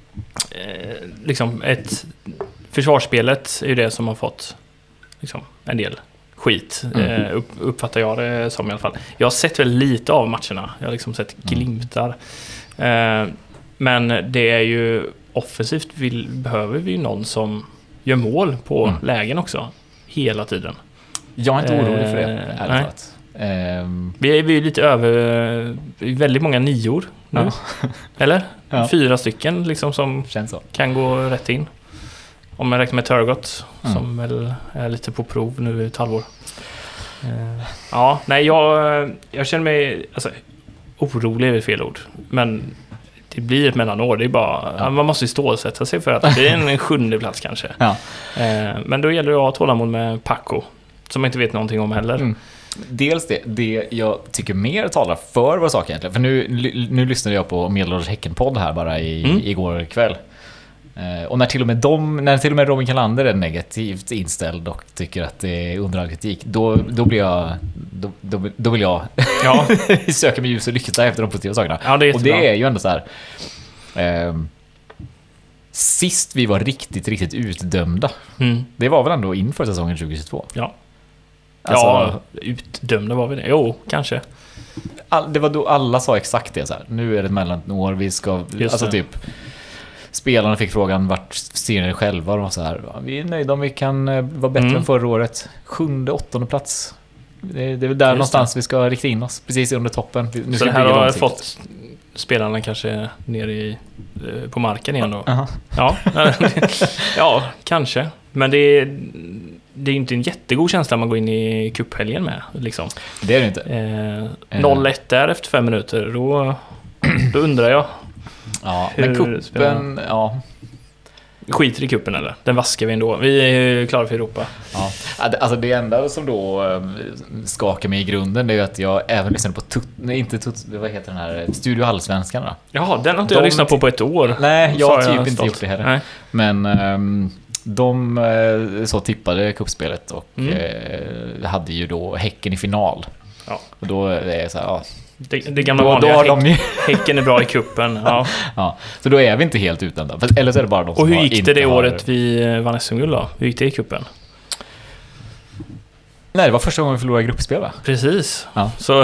[SPEAKER 1] liksom ett försvarsspelet är ju det som har fått liksom, en del skit,
[SPEAKER 2] Mm.
[SPEAKER 1] eh, upp, uppfattar jag det som i alla fall. Jag har sett väldigt lite av matcherna, jag har liksom sett glimtar. Eh, men det är ju offensivt vill, behöver vi ju någon som gör mål på
[SPEAKER 2] Mm.
[SPEAKER 1] lägen också, hela tiden.
[SPEAKER 2] jag är inte orolig för det,
[SPEAKER 1] Eh,
[SPEAKER 2] ärligt
[SPEAKER 1] nej.
[SPEAKER 2] talat. Ehm,
[SPEAKER 1] Vi är, vi är lite över, vi är väldigt många nior nu,
[SPEAKER 2] Ja.
[SPEAKER 1] eller?
[SPEAKER 2] Ja.
[SPEAKER 1] Fyra stycken liksom som
[SPEAKER 2] Känns så.
[SPEAKER 1] kan gå rätt in. Om jag räknar med Turgot
[SPEAKER 2] Mm.
[SPEAKER 1] som väl är lite på prov nu i ett halvår. Eh, ja, nej, jag, jag känner mig alltså, orolig är väl fel ord. Men det blir ett mellanår. Det är bara,
[SPEAKER 2] Ja.
[SPEAKER 1] man måste ju stålsätta sig för att det blir en, en sjunde plats kanske.
[SPEAKER 2] Ja.
[SPEAKER 1] Eh, men då gäller det att ha tålamod med Paco, som jag inte vet någonting om heller.
[SPEAKER 2] Mm. Dels det, det jag tycker mer talar för vår sak egentligen. För nu, nu lyssnade jag på Medelålders Häcken-podd här bara i,
[SPEAKER 1] Mm.
[SPEAKER 2] igår kväll. Eh, och när till och med de, när till och med Robin Kalander är negativt inställd och tycker att det är under all kritik, då, då blir jag då, då, då vill jag
[SPEAKER 1] Ja,
[SPEAKER 2] söka mig ljus och lycka efter de positiva sakerna.
[SPEAKER 1] ja, det är
[SPEAKER 2] Och
[SPEAKER 1] jättebra.
[SPEAKER 2] det är ju ändå så här. ehm, sist vi var riktigt, riktigt utdömda,
[SPEAKER 1] Mm.
[SPEAKER 2] det var väl ändå inför säsongen tjugohundratjugotvå.
[SPEAKER 1] Ja.
[SPEAKER 2] Alltså,
[SPEAKER 1] Ja, utdömda var vi det. Jo, kanske.
[SPEAKER 2] All, det var då alla sa exakt det så här. Nu är det ett mellanår, vi ska
[SPEAKER 1] Just
[SPEAKER 2] alltså
[SPEAKER 1] det.
[SPEAKER 2] typ spelarna fick frågan vart ser ni själva och de var så här, "Ja, vi är nöjda om vi kan eh, vara bättre
[SPEAKER 1] Mm.
[SPEAKER 2] än förra året. Sjunde, åttonde plats. Det, det är väl där
[SPEAKER 1] Just
[SPEAKER 2] någonstans vi ska rikta in oss, precis under toppen. Vi- Nu
[SPEAKER 1] Så
[SPEAKER 2] ska
[SPEAKER 1] det
[SPEAKER 2] vi
[SPEAKER 1] här
[SPEAKER 2] bygga
[SPEAKER 1] har
[SPEAKER 2] långsiktigt.
[SPEAKER 1] fått spelarna kanske ner i, eh, på marken igen då.
[SPEAKER 2] Aha.
[SPEAKER 1] Ja, ja, kanske. Men det är, det är inte en jättegod känsla man går in i cuphelgen med. Liksom.
[SPEAKER 2] Det är det inte.
[SPEAKER 1] Eh, noll ett där efter fem minuter, då, då undrar jag.
[SPEAKER 2] Ja,
[SPEAKER 1] Hur
[SPEAKER 2] men kuppen,
[SPEAKER 1] spelar
[SPEAKER 2] ja.
[SPEAKER 1] skiter i kuppen eller? Den vaskar vi ändå. Vi är ju klara för Europa.
[SPEAKER 2] Ja. Alltså det enda som då skakar mig i grunden, det är ju att jag även lyssnade på tut, nej, inte tut, vad heter den här Studio Allsvenskan då?
[SPEAKER 1] Jaha, den har inte jag lyssnat på på ett år.
[SPEAKER 2] Nej, jag har typ
[SPEAKER 1] jag
[SPEAKER 2] inte gjort det heller. Nej. Men um, de så tippade kuppspelet och mm. eh, hade ju då Häcken i final. Ja. Och då är det så här, ja.
[SPEAKER 1] Det, det gamla vanliga,
[SPEAKER 2] då, då Häck,
[SPEAKER 1] de... Häcken är bra i kuppen. Ja.
[SPEAKER 2] Ja, så då är vi inte helt utan då. Eller så är det bara de
[SPEAKER 1] och
[SPEAKER 2] som
[SPEAKER 1] hur gick det det
[SPEAKER 2] har...
[SPEAKER 1] året vi vann S M-guld då? Hur gick det i kuppen?
[SPEAKER 2] Nej, det var första gången vi förlorade gruppspel va?
[SPEAKER 1] Precis.
[SPEAKER 2] Ja.
[SPEAKER 1] Så...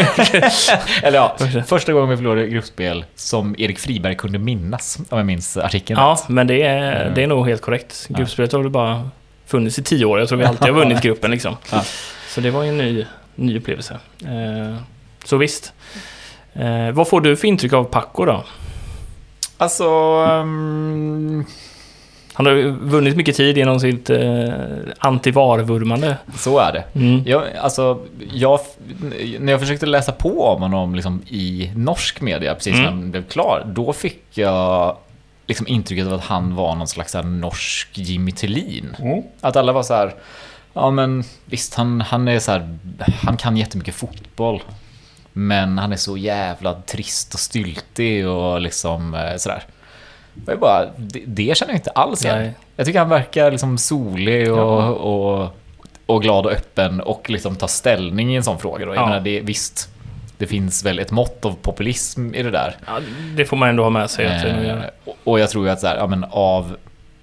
[SPEAKER 2] Eller ja, första gången vi förlorade gruppspel som Erik Friberg kunde minnas, om jag minns artikeln.
[SPEAKER 1] Ja, rätt. Men det är, det är nog helt korrekt. Gruppspelet har det bara funnits i tio år. Jag tror vi alltid har vunnit gruppen liksom. Ja. Så det var ju en ny, ny upplevelse. Eh, så visst. Eh, vad får du för intryck av Paco då?
[SPEAKER 2] Alltså... Um...
[SPEAKER 1] Han har vunnit mycket tid genom sitt eh, antivarvurmande.
[SPEAKER 2] Så är det. Mm. Jag, alltså, jag, när jag försökte läsa på om honom liksom, i norsk media, precis mm. när han blev klar, då fick jag liksom, intrycket av att han var någon slags här, norsk Jimmy Tillin. Mm. Att alla var så här, ja men visst, han, han är så här, han kan jättemycket fotboll. Men han är så jävla trist och styltig och liksom sådär. Jag bara, det, det känner jag inte alls igen. Jag tycker han verkar liksom solig och, ja. och, och glad och öppen och liksom tar ställning i en sån fråga. Jag ja. menar, det, visst, det finns väl ett mått av populism i det där.
[SPEAKER 1] Ja, det får man ändå ha med sig.
[SPEAKER 2] Eh, och, och jag tror ju att så här, ja, men av,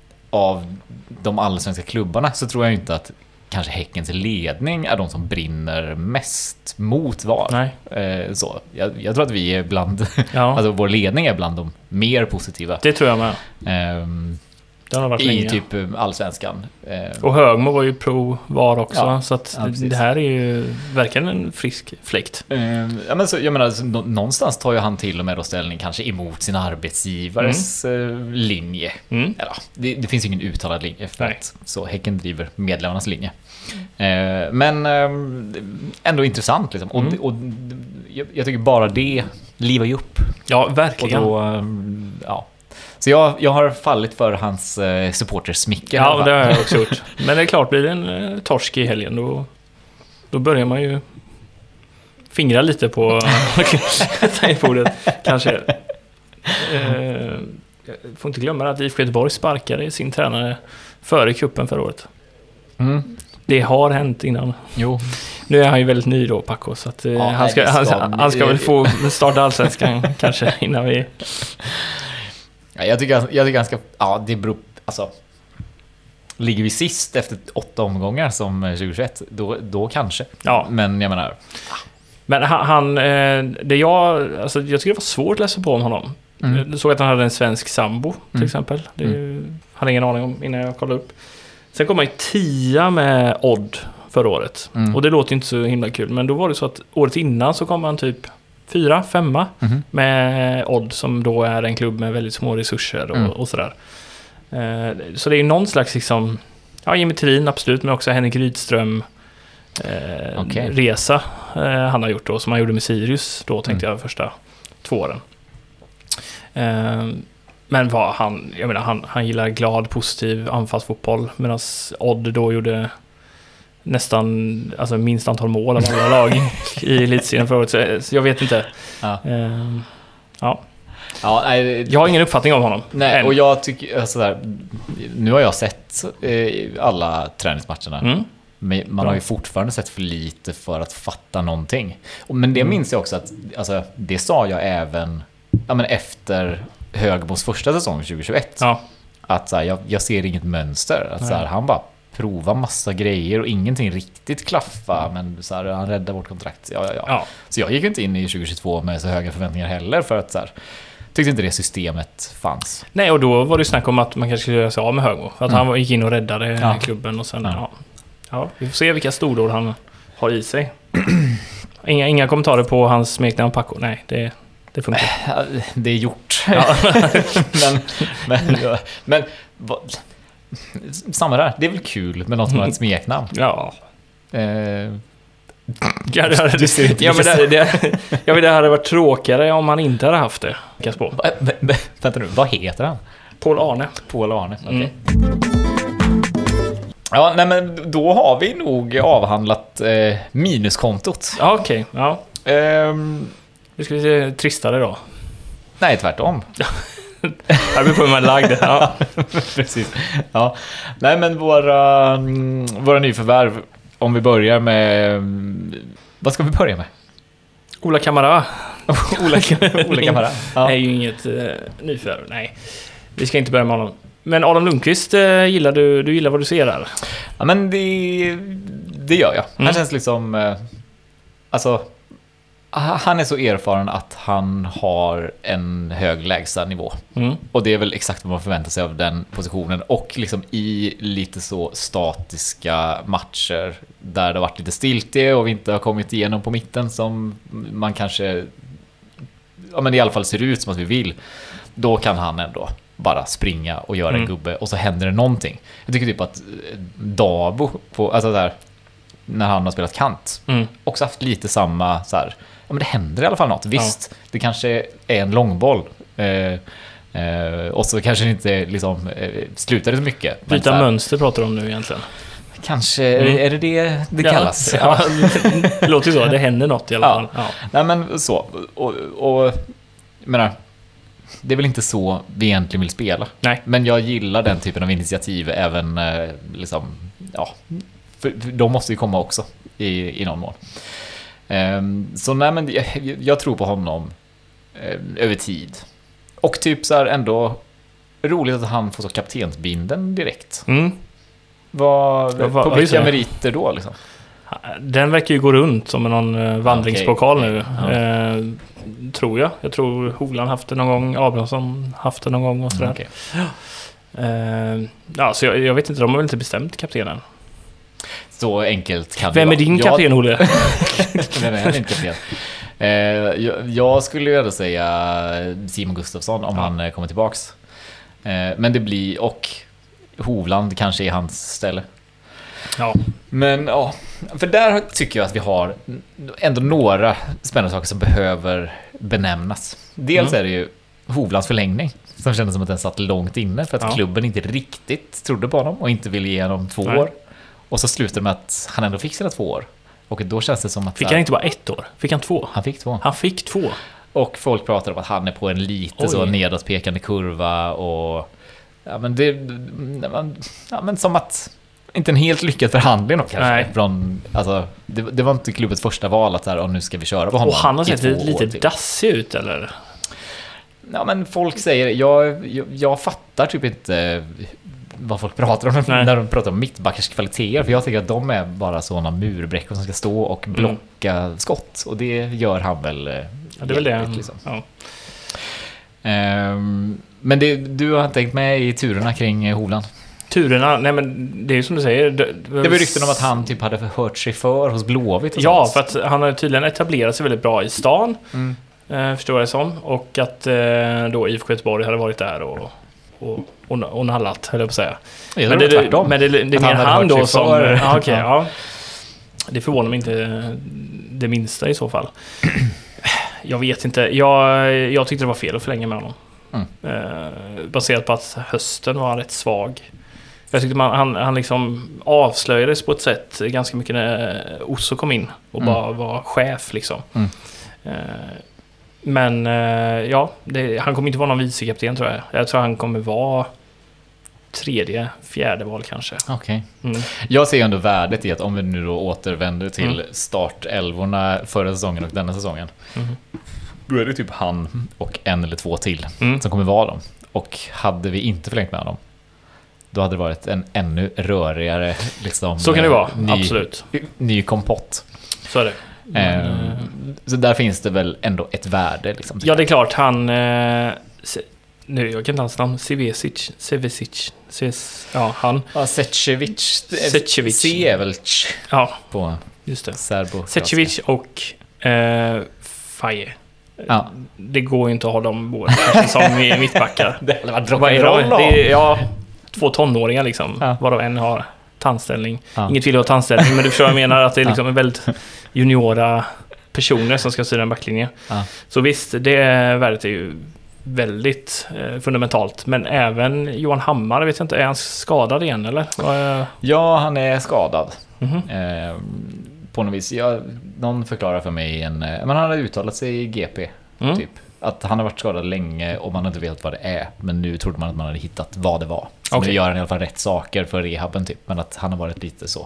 [SPEAKER 2] av de allsvenska klubbarna så tror jag inte att kanske Häckens ledning är de som brinner mest mot V A R. Nej. Eh, så. Jag, jag tror att vi är bland, ja. alltså vår ledning är bland de mer positiva.
[SPEAKER 1] Det tror jag med.
[SPEAKER 2] Eh,
[SPEAKER 1] det har varit
[SPEAKER 2] I
[SPEAKER 1] länge.
[SPEAKER 2] typ allsvenskan. Eh,
[SPEAKER 1] och Högmo var ju pro V A R också,
[SPEAKER 2] ja,
[SPEAKER 1] så att
[SPEAKER 2] ja,
[SPEAKER 1] det här är ju verkligen en frisk fläkt.
[SPEAKER 2] Eh, ja, men så, jag menar, så, någonstans tar ju han till och med då ställning kanske emot sin arbetsgivares mm. eh, linje. Mm. Eller, det, det finns ju ingen uttalad linje för
[SPEAKER 1] Nej.
[SPEAKER 2] att så Häcken driver medlemmarnas linje. Mm. Eh, men eh, ändå intressant liksom. Mm. Och, och jag, jag tycker bara det livar ju upp.
[SPEAKER 1] Ja, verkligen.
[SPEAKER 2] Och då, eh, ja. Så jag, jag har fallit för hans eh, supportersmicker.
[SPEAKER 1] Ja, det har jag också gjort. Men det är klart, blir det en eh, torsk i helgen då, då börjar man ju fingra lite på bordet kanske. Eh, jag får inte glömma att I F K Göteborg sparkade sin tränare före kuppen förra året.
[SPEAKER 2] Mm.
[SPEAKER 1] Det har hänt innan.
[SPEAKER 2] Jo.
[SPEAKER 1] Nu är han ju väldigt ny då, Paco, så att, eh, ja, han, ska, han, han, han ska väl få starta allsvenskan kanske innan vi...
[SPEAKER 2] Ja, jag tycker, jag tycker ganska... Ja, det beror... Alltså, ligger vi sist efter åtta omgångar som tjugohundratjugoett, då, då kanske.
[SPEAKER 1] Ja.
[SPEAKER 2] Men jag menar...
[SPEAKER 1] Men han... han det jag... Alltså, jag tycker det var svårt att läsa på om honom. Mm. Jag såg att han hade en svensk sambo, till mm. exempel. Det mm. hade ingen aning om innan jag kollade upp. Sen kom han i tia med Odd förra året. Mm. Och det låter inte så himla kul. Men då var det så att året innan så kom han typ fyra, femma mm. med Odd, som då är en klubb med väldigt små resurser och, mm. och sådär. Eh, så det är någon slags liksom, ja, Jimmy Tillin absolut, men också Henrik Rydström eh,
[SPEAKER 2] okay.
[SPEAKER 1] resa eh, han har gjort då, som han gjorde med Sirius då, tänkte mm. jag, första två åren. Eh, men vad han, jag menar, han, han gillar glad, positiv anfallsfotboll, medan Odd då gjorde nästan, alltså minst antal mål av alla lag i elitserien förut, så, så jag vet inte. Ja. Uh, ja.
[SPEAKER 2] Ja, nej,
[SPEAKER 1] jag har ingen uppfattning om honom.
[SPEAKER 2] Nej, än. Och jag tycker alltså där, nu har jag sett eh, alla träningsmatcherna. Mm. Men man har ju fortfarande sett för lite för att fatta någonting. Men det mm. minns jag också att alltså, det sa jag även ja, men efter Högbos första säsong tjugohundratjugoett. Ja. Att så här, jag, jag ser inget mönster. Att, så här, han bara prova massa grejer och ingenting riktigt klaffa, men så här, han räddar vårt kontrakt. Ja, ja, ja. Ja. Så jag gick inte in i tjugohundratjugotvå med så höga förväntningar heller, för att så här, tyckte inte det systemet fanns.
[SPEAKER 1] Nej, och då var det snack om att man kanske skulle göra sig av med Högmo. Att mm. han gick in och räddade ja. klubben och sen, ja. Ja. ja. Vi får se vilka storår han har i sig. Inga, inga kommentarer på hans smeknamn Paco. Nej, det, det funkar.
[SPEAKER 2] Det är gjort. Ja. men, men, men vad, samma där. Det är väl kul med något som har ett smeknamn.
[SPEAKER 1] Ja.
[SPEAKER 2] Eh,
[SPEAKER 1] ja, det hade, du ser inte ja, men det, det, ja, men det hade varit tråkigare om han inte hade haft det. På.
[SPEAKER 2] Vänta nu, vad heter han?
[SPEAKER 1] Paul Arne.
[SPEAKER 2] Paul Arne, okej. Okay.
[SPEAKER 1] Mm.
[SPEAKER 2] Ja, nej men då har vi nog avhandlat eh, minuskontot.
[SPEAKER 1] Ja, okej. Okay. Ja.
[SPEAKER 2] Ehm,
[SPEAKER 1] Nu ska vi se tristare då.
[SPEAKER 2] nej, tvärtom.
[SPEAKER 1] Jag blir på hur man är lagd. Ja.
[SPEAKER 2] Precis. Ja. Nej, men våra, våra nyförvärv, om vi börjar med... Vad ska vi börja med?
[SPEAKER 1] Ola Kamara.
[SPEAKER 2] Ola, Ola Kamara. Ja.
[SPEAKER 1] Det är ju inget uh, nyförvärv. Nej, vi ska inte börja med honom. Men Adam Lundqvist uh, gillar du, du gillar vad du ser där?
[SPEAKER 2] Ja, men det, det gör jag. Mm. Han känns liksom... Uh, alltså... Han är så erfaren att han har en hög lägsta nivå. Mm. Och det är väl exakt vad man förväntar sig av den positionen. Och liksom i lite så statiska matcher där det har varit lite stiltje och vi inte har kommit igenom på mitten som man kanske, ja men i alla fall ser ut som att vi vill. Då kan han ändå bara springa och göra mm. en gubbe och så händer det någonting. Jag tycker typ att Dabo på, alltså där, när han har spelat kant mm. också haft lite samma så här. Ja, men det händer i alla fall något. Visst, ja. Det kanske är en långboll. Eh, eh, och så kanske det inte liksom, eh, slutar det så mycket.
[SPEAKER 1] Byta mönster pratar du om nu egentligen.
[SPEAKER 2] Kanske, mm. är det det det kallas?
[SPEAKER 1] Ja, ja. Det låter ju så. Det händer något i alla
[SPEAKER 2] ja.
[SPEAKER 1] fall. Ja.
[SPEAKER 2] Nej, men så. Och, och jag menar, det är väl inte så vi egentligen vill spela. Nej. Men jag gillar den typen av initiativ även eh, liksom, ja, för, för de måste ju komma också i, i någon mån. Så nej, men jag, jag tror på honom eh, över tid. Och typ så här ändå roligt att han får så kaptensbinden direkt. Mm. Vad, ja, va, på vilka meriter då liksom?
[SPEAKER 1] Den verkar ju gå runt som en uh, vandringspokal okay. nu. Ja. Eh, tror jag. Jag tror Holan haft det någon gång, Abrahamsson haft det någon gång och sådär. Okay. Eh, ja, så jag, jag vet inte, de har väl inte bestämt kaptenen.
[SPEAKER 2] Så enkelt kan
[SPEAKER 1] Vem
[SPEAKER 2] det
[SPEAKER 1] är din
[SPEAKER 2] vara.
[SPEAKER 1] kapten, Olle?
[SPEAKER 2] Vem är din kapten? Eh, jag, jag skulle ju säga Simon Gustafsson om ja. han kommer tillbaks. Eh, men det blir, och Hovland kanske är hans ställe. Ja. Men ja, för där tycker jag att vi har ändå några spännande saker som behöver benämnas. Dels mm. är det ju Hovlands förlängning som kändes som att den satt långt inne för att ja. klubben inte riktigt trodde på honom och inte ville ge honom två Nej. år. Och så slutade det med att han ändå fick sina två år. Och då känns det som att...
[SPEAKER 1] Fick han inte bara ett år? Fick han två?
[SPEAKER 2] Han fick två.
[SPEAKER 1] Han fick två.
[SPEAKER 2] Och folk pratar om att han är på en lite Oj. så nedåtpekande kurva. Och... Ja, men det... Ja, men som att... Inte en helt lyckad förhandling då, kanske. Nej. Från, alltså, det, det var inte klubbets första val att så här, och nu ska vi köra på honom.
[SPEAKER 1] Och han har sett lite dassig ut, eller?
[SPEAKER 2] Ja, men folk säger... Jag, jag, jag fattar typ inte... vad folk pratar om Nej. när de pratar om mittbackers kvaliteter, för jag tycker att de är bara sådana murbräckor som ska stå och blocka mm. skott, och det gör han väl
[SPEAKER 1] ja, det är väl det.
[SPEAKER 2] Liksom.
[SPEAKER 1] Ja.
[SPEAKER 2] Um, men det, du har tänkt med i turerna kring Hovland?
[SPEAKER 1] Turerna, nej men det är ju som du säger. Det,
[SPEAKER 2] det var rykten om att han typ hade hört sig för hos Blåvitt. Och
[SPEAKER 1] ja,
[SPEAKER 2] sånt.
[SPEAKER 1] för att han har tydligen etablerat sig väldigt bra i stan, mm. eh, förstår jag det som, och att eh, då I F K Göteborg hade varit där och och, och, och nallat, höll jag på att säga.
[SPEAKER 2] Jag men, det, det,
[SPEAKER 1] men det, det, det är mer han då som... Ja, okay, ja. Det förvånar mig inte det minsta i så fall. Jag vet inte. Jag, jag tyckte det var fel att förlänga med honom. Mm. Eh, baserat på att hösten var rätt svag. Jag tyckte man, han, han liksom avslöjades på ett sätt ganska mycket när Osso kom in och mm. bara var chef liksom. Mm. Eh, Men ja, det, han kommer inte vara någon vicekapten, tror jag. Jag tror han kommer vara tredje, fjärde val kanske.
[SPEAKER 2] Okej. Okay. Mm. Jag ser ändå värdet i att om vi nu då återvänder till mm. startelvorna förra säsongen och denna säsongen. Mm. Då är det typ han och en eller två till mm. som kommer vara dem. Och hade vi inte förlängt med honom, då hade det varit en ännu rörigare liksom,
[SPEAKER 1] så kan det vara,
[SPEAKER 2] ny,
[SPEAKER 1] absolut.
[SPEAKER 2] Ny kompott.
[SPEAKER 1] Så är det.
[SPEAKER 2] Men, eh, så där finns det väl ändå ett värde liksom,
[SPEAKER 1] ja, det är klart. Han eh, se, nu jag kan inte hans namn. Sevesic Sevesic Ses, ja, han
[SPEAKER 2] ja, Sečević
[SPEAKER 1] Sečević
[SPEAKER 2] Sečević
[SPEAKER 1] ja,
[SPEAKER 2] på
[SPEAKER 1] just det.
[SPEAKER 2] Serbo
[SPEAKER 1] Sečević och eh, Faye.
[SPEAKER 2] Ja.
[SPEAKER 1] Det går ju inte att ha dem båda som mittbackar.
[SPEAKER 2] Det var
[SPEAKER 1] det ja, två tonåringar liksom, ja. Varav en har tandställning. Ja. Inget vill ha tandställning, men du förstår jag menar att det är liksom en väldigt juniora personer som ska styra en backlinje. Ja. Så visst, det värdet är ju väldigt eh, fundamentalt. Men även Johan Hammar, jag vet inte, är han skadad igen eller? Vad,
[SPEAKER 2] Ja, han är skadad.
[SPEAKER 1] mhm.
[SPEAKER 2] Eh, på något vis. Jag, någon förklarar för mig en... Men han hade uttalat sig i G P,
[SPEAKER 1] Mm.
[SPEAKER 2] typ. Att han har varit skadad länge och man har inte vetat vad det är. Men nu trodde man att man hade hittat vad det var. Så
[SPEAKER 1] Okej.
[SPEAKER 2] nu gör han i alla fall rätt saker för rehaben, typ. Men att han har varit lite så...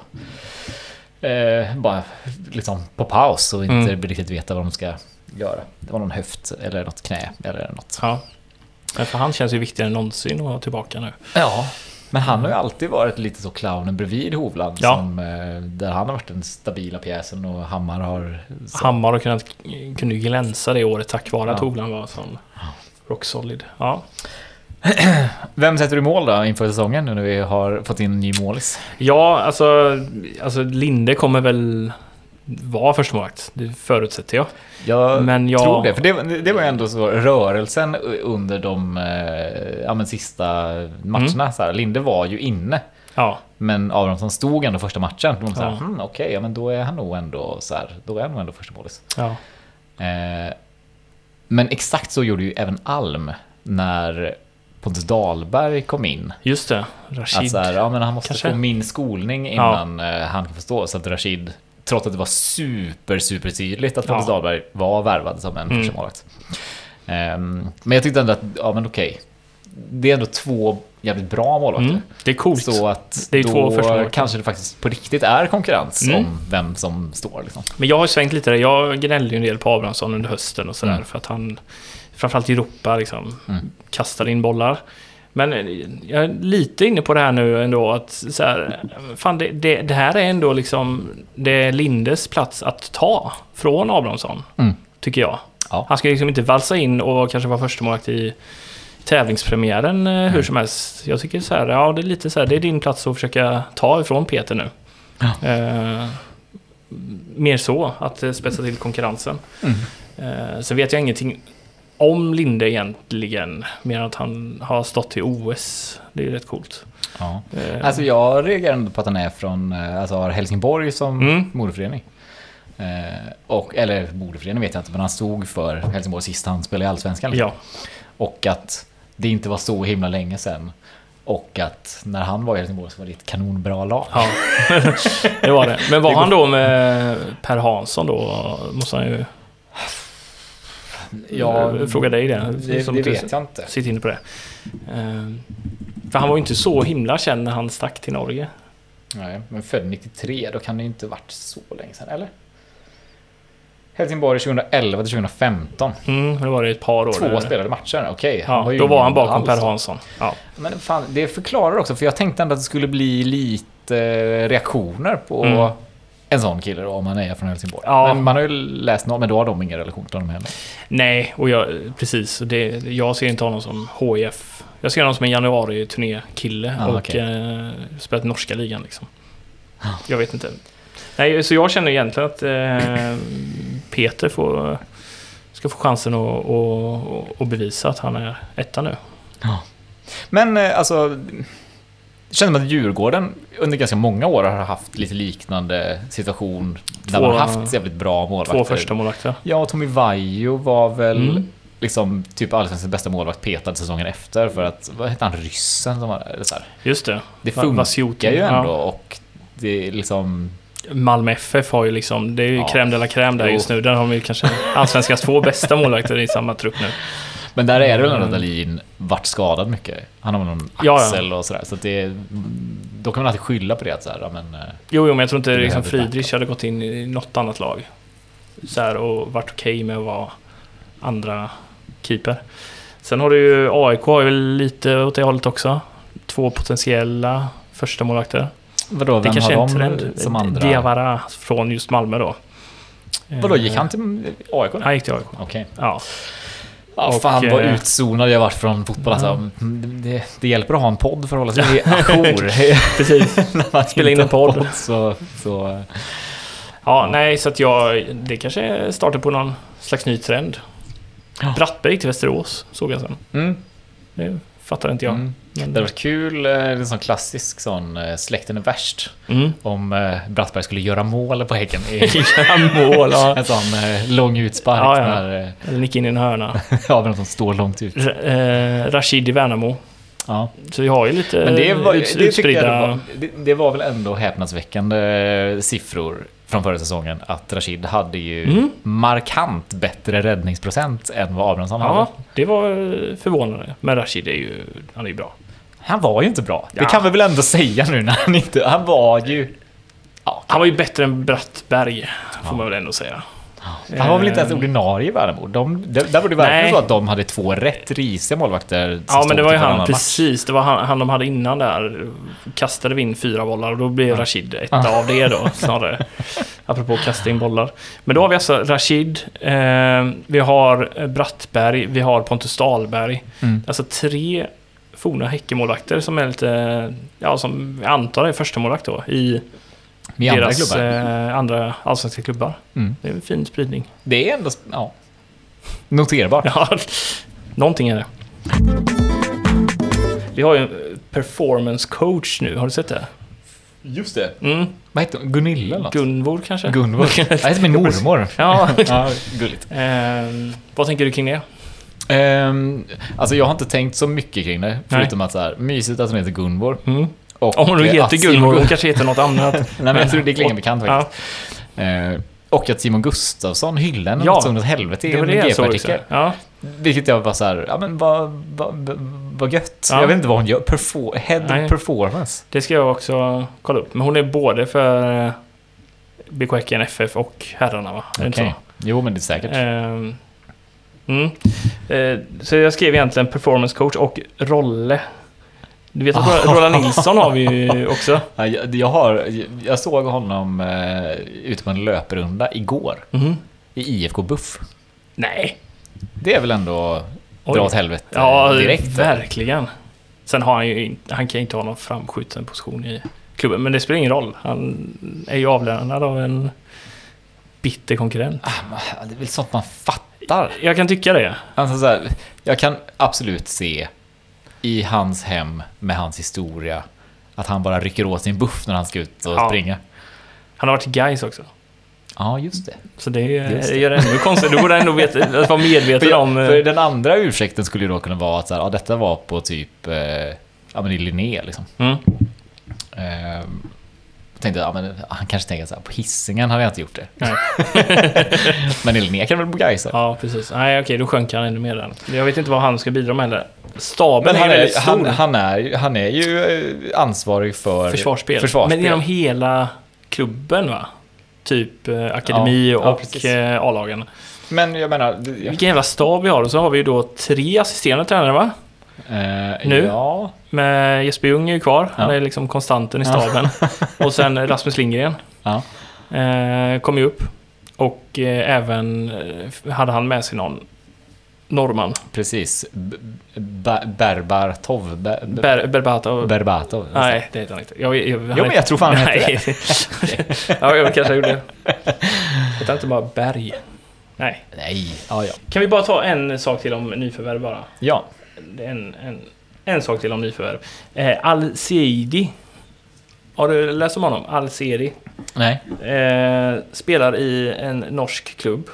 [SPEAKER 2] Eh, bara liksom på paus och inte
[SPEAKER 1] Mm.
[SPEAKER 2] riktigt veta vad de ska göra. Det var någon höft eller något knä eller något.
[SPEAKER 1] Ja. Men för han känns ju viktigare än någonsin att vara tillbaka nu.
[SPEAKER 2] Ja, men han har ju alltid varit lite så clownen bredvid Hovland,
[SPEAKER 1] Ja.
[SPEAKER 2] som, eh, där han har varit den stabila pjäsen och Hammar har... Så.
[SPEAKER 1] Hammar har kunnat, kunde ju glänsa det året tack vare att
[SPEAKER 2] Ja.
[SPEAKER 1] Hovland var sån rock solid. Ja.
[SPEAKER 2] Vem sätter du mål då inför säsongen nu när vi har fått in en ny målis?
[SPEAKER 1] Ja, alltså, alltså Linde kommer väl vara första målvakt, det förutsätter jag.
[SPEAKER 2] Jag
[SPEAKER 1] Men jag-
[SPEAKER 2] tror det, för det, det var ju ändå så rörelsen under de eh, ja, men sista matcherna.
[SPEAKER 1] Mm.
[SPEAKER 2] Så här, Linde var ju inne,
[SPEAKER 1] Ja,
[SPEAKER 2] men Abrahamsson stod ändå första matchen. De sa,
[SPEAKER 1] Ja.
[SPEAKER 2] hm, okej, ja, men då är han nog ändå så här, då är han nog ändå första målis.
[SPEAKER 1] ja.
[SPEAKER 2] Eh, men exakt så gjorde ju även Alm när Pontus Dahlberg kom in.
[SPEAKER 1] Just det, Rashid.
[SPEAKER 2] Att så här, ja, men han måste
[SPEAKER 1] Kanske.
[SPEAKER 2] få min skolning innan eh, han kan förstå. Så att Rashid, trots att det var super, super tydligt att Pontus
[SPEAKER 1] Ja.
[SPEAKER 2] Dahlberg var värvad som en
[SPEAKER 1] Mm.
[SPEAKER 2] första målvakt. Ehm, men jag tyckte ändå att, ja men okej. Det är ändå två jävligt bra målvakter.
[SPEAKER 1] Mm, det är coolt.
[SPEAKER 2] Så att
[SPEAKER 1] Det är
[SPEAKER 2] då
[SPEAKER 1] två första målvakter.
[SPEAKER 2] kanske det faktiskt på riktigt är konkurrens
[SPEAKER 1] Mm.
[SPEAKER 2] om vem som står. Liksom.
[SPEAKER 1] Men jag har ju svängt lite där. Jag gnällde ju en del på Abrahamsson under hösten och sådär.
[SPEAKER 2] Mm.
[SPEAKER 1] För att han, framförallt i Europa, liksom,
[SPEAKER 2] Mm.
[SPEAKER 1] kastade in bollar. Men jag är lite inne på det här nu ändå. Att så här, fan, det, det, det här är ändå liksom det är Lindes plats att ta från Abrahamsson.
[SPEAKER 2] Mm.
[SPEAKER 1] Tycker jag.
[SPEAKER 2] Ja.
[SPEAKER 1] Han ska liksom inte valsa in och kanske vara första målvakt i tävlingspremiären mm. hur som helst. Jag tycker så här, ja det är lite så här, det är din plats att försöka ta ifrån Peter nu.
[SPEAKER 2] Ja.
[SPEAKER 1] Eh, mer så, att eh, spetsa till konkurrensen.
[SPEAKER 2] Mm.
[SPEAKER 1] Eh, så vet jag ingenting om Linde egentligen, mer än att han har stått till O S. Det är ju rätt coolt.
[SPEAKER 2] Ja.
[SPEAKER 1] Eh,
[SPEAKER 2] Alltså jag reagerar ändå på att han är från, eh, alltså har Helsingborg som
[SPEAKER 1] Mm.
[SPEAKER 2] moderförening. Eh, och, eller moderförening vet jag inte, men han stod för Helsingborg sist han spelade i Allsvenskan. Liksom.
[SPEAKER 1] ja,
[SPEAKER 2] Och att det inte var så himla länge sedan. Och att när han var i Helsingborg så var det ett kanonbra lag.
[SPEAKER 1] ja. det var det. Men var
[SPEAKER 2] Det går-
[SPEAKER 1] han då med Per Hansson då? Måste han ju
[SPEAKER 2] Ja,
[SPEAKER 1] fråga dig det.
[SPEAKER 2] det,
[SPEAKER 1] Som
[SPEAKER 2] det
[SPEAKER 1] du
[SPEAKER 2] vet jag inte.
[SPEAKER 1] sitter inne på det. Eh, för han var ju inte så himla känd när han stack till Norge.
[SPEAKER 2] Nej, men född nittiotre, då kan det ju inte varit så länge sedan, eller? Helsingborg tjugoelva till tjugohundrafemton.
[SPEAKER 1] Mm, det var det ett par år.
[SPEAKER 2] Två
[SPEAKER 1] där.
[SPEAKER 2] spelade matcher, okej.
[SPEAKER 1] Ja,
[SPEAKER 2] ju
[SPEAKER 1] då var han
[SPEAKER 2] ingen
[SPEAKER 1] bakom
[SPEAKER 2] alls.
[SPEAKER 1] Per Hansson. Ja.
[SPEAKER 2] Men fan, det förklarar också, för jag tänkte ändå att det skulle bli lite eh, reaktioner på
[SPEAKER 1] Mm.
[SPEAKER 2] en sån kille då, om han är från Helsingborg.
[SPEAKER 1] Ja.
[SPEAKER 2] Men man har ju läst något, men då har de ingen relation till honom heller.
[SPEAKER 1] Nej, och jag, precis. Och det, jag ser inte honom som H I F. Jag ser honom som en januari-turné-kille
[SPEAKER 2] Ah,
[SPEAKER 1] och
[SPEAKER 2] okej.
[SPEAKER 1] eh, spelat norska ligan liksom. Jag vet inte. Nej, så jag känner egentligen att eh, Peter får, ska få chansen att, att, att bevisa att han är etta nu.
[SPEAKER 2] Men eh, alltså, det känns som att Djurgården under ganska många år har haft lite liknande situation där
[SPEAKER 1] Två-
[SPEAKER 2] man har haft jävligt bra målvakter.
[SPEAKER 1] Två första målvakter.
[SPEAKER 2] Ja, Tommy Vaiho var väl
[SPEAKER 1] Mm.
[SPEAKER 2] liksom typ allsvenskans bästa målvakt petad säsongen efter för att, vad hette han, ryssen som var eller så här.
[SPEAKER 1] Just det.
[SPEAKER 2] Det
[SPEAKER 1] Va-
[SPEAKER 2] funkar
[SPEAKER 1] Vasjukin,
[SPEAKER 2] ju ändå
[SPEAKER 1] ja.
[SPEAKER 2] och det är liksom
[SPEAKER 1] Malmö F F har ju liksom, det är ju
[SPEAKER 2] Ja.
[SPEAKER 1] crème de la crème där
[SPEAKER 2] Jo.
[SPEAKER 1] just nu. Där har de ju kanske allsvenskans två bästa målvakter i samma trupp nu.
[SPEAKER 2] men där är det väl
[SPEAKER 1] Mm.
[SPEAKER 2] ändå Dahlin vart skadad mycket. Han har väl någon
[SPEAKER 1] Ja, ja.
[SPEAKER 2] axel och sådär så att det då kan man alltid skylla på det att så här, ja, men eh,
[SPEAKER 1] Jo, jo, men jag tror inte
[SPEAKER 2] Det
[SPEAKER 1] liksom
[SPEAKER 2] behöver
[SPEAKER 1] Friedrich hade gått in i något annat lag så här, och varit okej med att vara andra keeper. Sen har du ju A I K har ju väl lite åt det hållet också. Två potentiella första målvakter.
[SPEAKER 2] vadå,
[SPEAKER 1] Det
[SPEAKER 2] vem
[SPEAKER 1] kanske är
[SPEAKER 2] har
[SPEAKER 1] en
[SPEAKER 2] de
[SPEAKER 1] trend.
[SPEAKER 2] som andra?
[SPEAKER 1] Diawara från just Malmö då.
[SPEAKER 2] Vadå, gick han till A I K?
[SPEAKER 1] Han gick till A I K.
[SPEAKER 2] Okej.
[SPEAKER 1] Ja.
[SPEAKER 2] Ja,
[SPEAKER 1] Och,
[SPEAKER 2] fan vad
[SPEAKER 1] eh,
[SPEAKER 2] utzonad jag varit från fotboll alltså.
[SPEAKER 1] Ja.
[SPEAKER 2] det, det hjälper att ha en podd för att hålla sig ajour.
[SPEAKER 1] Precis.
[SPEAKER 2] När man
[SPEAKER 1] Spela in
[SPEAKER 2] inte
[SPEAKER 1] en podd.
[SPEAKER 2] har så, så
[SPEAKER 1] Ja, nej, så att jag... Det kanske startar på någon slags ny trend.
[SPEAKER 2] Ja.
[SPEAKER 1] Brattberg till Västerås, såg jag sen.
[SPEAKER 2] mm.
[SPEAKER 1] Det är fattar inte jag.
[SPEAKER 2] Mm.
[SPEAKER 1] Men...
[SPEAKER 2] Det var kul, en sån klassisk sån släkten är värst.
[SPEAKER 1] Mm.
[SPEAKER 2] Om eh, Brattberg skulle göra mål på Häcken.
[SPEAKER 1] göra mål, ja.
[SPEAKER 2] En sån eh, lång utspark.
[SPEAKER 1] Ja, ja.
[SPEAKER 2] När, eh,
[SPEAKER 1] Eller nick in i en hörna.
[SPEAKER 2] ja, men som står långt ut.
[SPEAKER 1] R- eh, Rashid i Värnamo.
[SPEAKER 2] Ja.
[SPEAKER 1] Så vi har ju lite
[SPEAKER 2] Men det var,
[SPEAKER 1] ut,
[SPEAKER 2] det,
[SPEAKER 1] utspridda...
[SPEAKER 2] det, var, det, det var väl ändå häpnadsväckande siffror från förra säsongen att Rashid hade ju
[SPEAKER 1] Mm.
[SPEAKER 2] markant bättre räddningsprocent än vad Abrahamsson hade.
[SPEAKER 1] Ja, det var förvånande. Men Rashid är ju, han är ju bra.
[SPEAKER 2] Han var ju inte bra.
[SPEAKER 1] Ja.
[SPEAKER 2] Det kan vi väl ändå säga nu när han inte... Han var ju... Ja,
[SPEAKER 1] Han var ju bättre än Brattberg, får
[SPEAKER 2] Ja.
[SPEAKER 1] man väl ändå säga.
[SPEAKER 2] han var väl inte ens ordinarie i Värnamo. De, de, där var det verkligen
[SPEAKER 1] Nej.
[SPEAKER 2] så att de hade två rätt risiga målvakter. som
[SPEAKER 1] Ja, men
[SPEAKER 2] stod
[SPEAKER 1] det var ju
[SPEAKER 2] till varannan
[SPEAKER 1] han,
[SPEAKER 2] match.
[SPEAKER 1] precis. Det var han, han de hade innan där. Kastade vi in fyra bollar och då blev
[SPEAKER 2] Ja.
[SPEAKER 1] Rashid ett
[SPEAKER 2] Ja.
[SPEAKER 1] av det då, snarare. Apropå att kasta in bollar. Men då har vi alltså Rashid, eh, vi har Brattberg, vi har Pontus Dahlberg.
[SPEAKER 2] Mm.
[SPEAKER 1] Alltså tre forna Häckenmålvakter som är lite, ja, som jag antar är första målvakt då i
[SPEAKER 2] Med andra
[SPEAKER 1] deras
[SPEAKER 2] klubbar.
[SPEAKER 1] eh, andra allsvenska klubbar.
[SPEAKER 2] Mm.
[SPEAKER 1] Det är en fin spridning.
[SPEAKER 2] Det är ändå... Ja. Noterbart.
[SPEAKER 1] Ja, någonting är det. Vi har ju en performance coach nu, har du sett det?
[SPEAKER 2] Just det.
[SPEAKER 1] Mm.
[SPEAKER 2] Vad heter hon? Gunilla eller något?
[SPEAKER 1] Gunvor kanske?
[SPEAKER 2] Gunvor. Jag heter min mormor.
[SPEAKER 1] Ja.
[SPEAKER 2] Ja, gulligt.
[SPEAKER 1] Ehm, vad tänker du kring det?
[SPEAKER 2] Um, alltså jag har inte tänkt så mycket kring det. Förutom att så här, mysigt att hon heter Gunvor.
[SPEAKER 1] Mm.
[SPEAKER 2] Och,
[SPEAKER 1] Om hon nu
[SPEAKER 2] eh,
[SPEAKER 1] heter
[SPEAKER 2] att Simon
[SPEAKER 1] Gunvor,
[SPEAKER 2] Gu-
[SPEAKER 1] hon kanske heter något annat.
[SPEAKER 2] Nej, men jag tror det klingar bekant
[SPEAKER 1] Ja.
[SPEAKER 2] faktiskt. Eh, och att Simon Gustafsson hyllar henne
[SPEAKER 1] Ja,
[SPEAKER 2] något som åt helvete i
[SPEAKER 1] Det var
[SPEAKER 2] en
[SPEAKER 1] det jag såg också.
[SPEAKER 2] G P-artikel.
[SPEAKER 1] Ja.
[SPEAKER 2] Vilket jag var så här, ja men vad, vad, vad gött.
[SPEAKER 1] Ja.
[SPEAKER 2] Jag vet inte vad hon gör. Perfor- head
[SPEAKER 1] Nej.
[SPEAKER 2] performance.
[SPEAKER 1] Det ska jag också kolla upp. Men hon är både för B K Häcken, F F och herrarna, va? Är det inte
[SPEAKER 2] Okej.
[SPEAKER 1] så?
[SPEAKER 2] Jo, men det är säkert.
[SPEAKER 1] Ehm, mm. Eh, så jag skrev egentligen performance coach och Rolle. Du vet att Roland Nilsson har vi ju också.
[SPEAKER 2] Ja, Jag, jag, har, jag såg honom eh, ute på en löprunda igår
[SPEAKER 1] Mhm.
[SPEAKER 2] i I F K Buff.
[SPEAKER 1] Nej.
[SPEAKER 2] Det är väl ändå
[SPEAKER 1] Oj.
[SPEAKER 2] dra åt helvete
[SPEAKER 1] Ja,
[SPEAKER 2] direkt.
[SPEAKER 1] verkligen. Sen har han ju inte, han kan ju inte ha någon framskjuten position i klubben, men det spelar ingen roll. Han är ju avlönad av en bitter konkurrent.
[SPEAKER 2] Ah, men det är väl sånt man fattar.
[SPEAKER 1] Jag kan tycka det.
[SPEAKER 2] Alltså, så här, jag kan absolut se i hans hem med hans historia att han bara rycker åt sin buff när han ska ut och
[SPEAKER 1] Ja.
[SPEAKER 2] springa.
[SPEAKER 1] Han har varit i Gais också.
[SPEAKER 2] Ja, just det.
[SPEAKER 1] Så det,
[SPEAKER 2] Just det.
[SPEAKER 1] gör det ännu konstigt. Du borde ändå veta, att vara medveten
[SPEAKER 2] För,
[SPEAKER 1] om...
[SPEAKER 2] för den andra ursäkten skulle ju då kunna vara att så här, ja, detta var på typ eh, ja, men i Linné liksom.
[SPEAKER 1] Mm.
[SPEAKER 2] Eh, jag tänkte, ja, men han kanske tänker så här, på Hisingen hade jag inte gjort det.
[SPEAKER 1] Nej.
[SPEAKER 2] Men i Linné kan väl på Gais.
[SPEAKER 1] Ja, precis. Nej, okej, då sjönk han ännu mer där. Jag vet inte vad han ska bidra med heller. Staben
[SPEAKER 2] Men han
[SPEAKER 1] är
[SPEAKER 2] är,
[SPEAKER 1] väldigt stor.
[SPEAKER 2] han, han, är, han är ju eh, ansvarig för
[SPEAKER 1] försvarsspel.
[SPEAKER 2] försvarsspel.
[SPEAKER 1] Men genom hela klubben, va? Typ eh, akademi
[SPEAKER 2] Ja, ja,
[SPEAKER 1] och
[SPEAKER 2] precis.
[SPEAKER 1] eh, A-lagen.
[SPEAKER 2] Men jag menar... det- Jag,
[SPEAKER 1] Vilken jävla stab vi har. Och så har vi ju då tre assisterande tränare, va?
[SPEAKER 2] eh,
[SPEAKER 1] Nu?
[SPEAKER 2] Ja.
[SPEAKER 1] Med Jesper Ljung är ju kvar. Han
[SPEAKER 2] Ja.
[SPEAKER 1] är liksom konstanten i
[SPEAKER 2] Ja.
[SPEAKER 1] staben. Och sen Rasmus Lindgren
[SPEAKER 2] Ja.
[SPEAKER 1] eh, kom ju upp. Och eh, även eh, hade han med sig någon norrman.
[SPEAKER 2] Precis. B- B- Berbatov. Ber- Ber-
[SPEAKER 1] Ber- Berbatov.
[SPEAKER 2] Berbatov.
[SPEAKER 1] Nej, det heter han inte. Jag, jag,
[SPEAKER 2] Jo, men jag tror fan han
[SPEAKER 1] Nej.
[SPEAKER 2] heter det.
[SPEAKER 1] Ja, jag kanske gjorde det. Heter inte bara Berg? Nej.
[SPEAKER 2] Nej. Ja, ja.
[SPEAKER 1] Kan vi bara ta en sak till om nyförvärv bara?
[SPEAKER 2] Ja.
[SPEAKER 1] En, en, en sak till om nyförvärv. Eh, Al-Seidi. Har du läst om honom? Al-Seidi.
[SPEAKER 2] Nej.
[SPEAKER 1] Eh, spelar i en norsk klubb.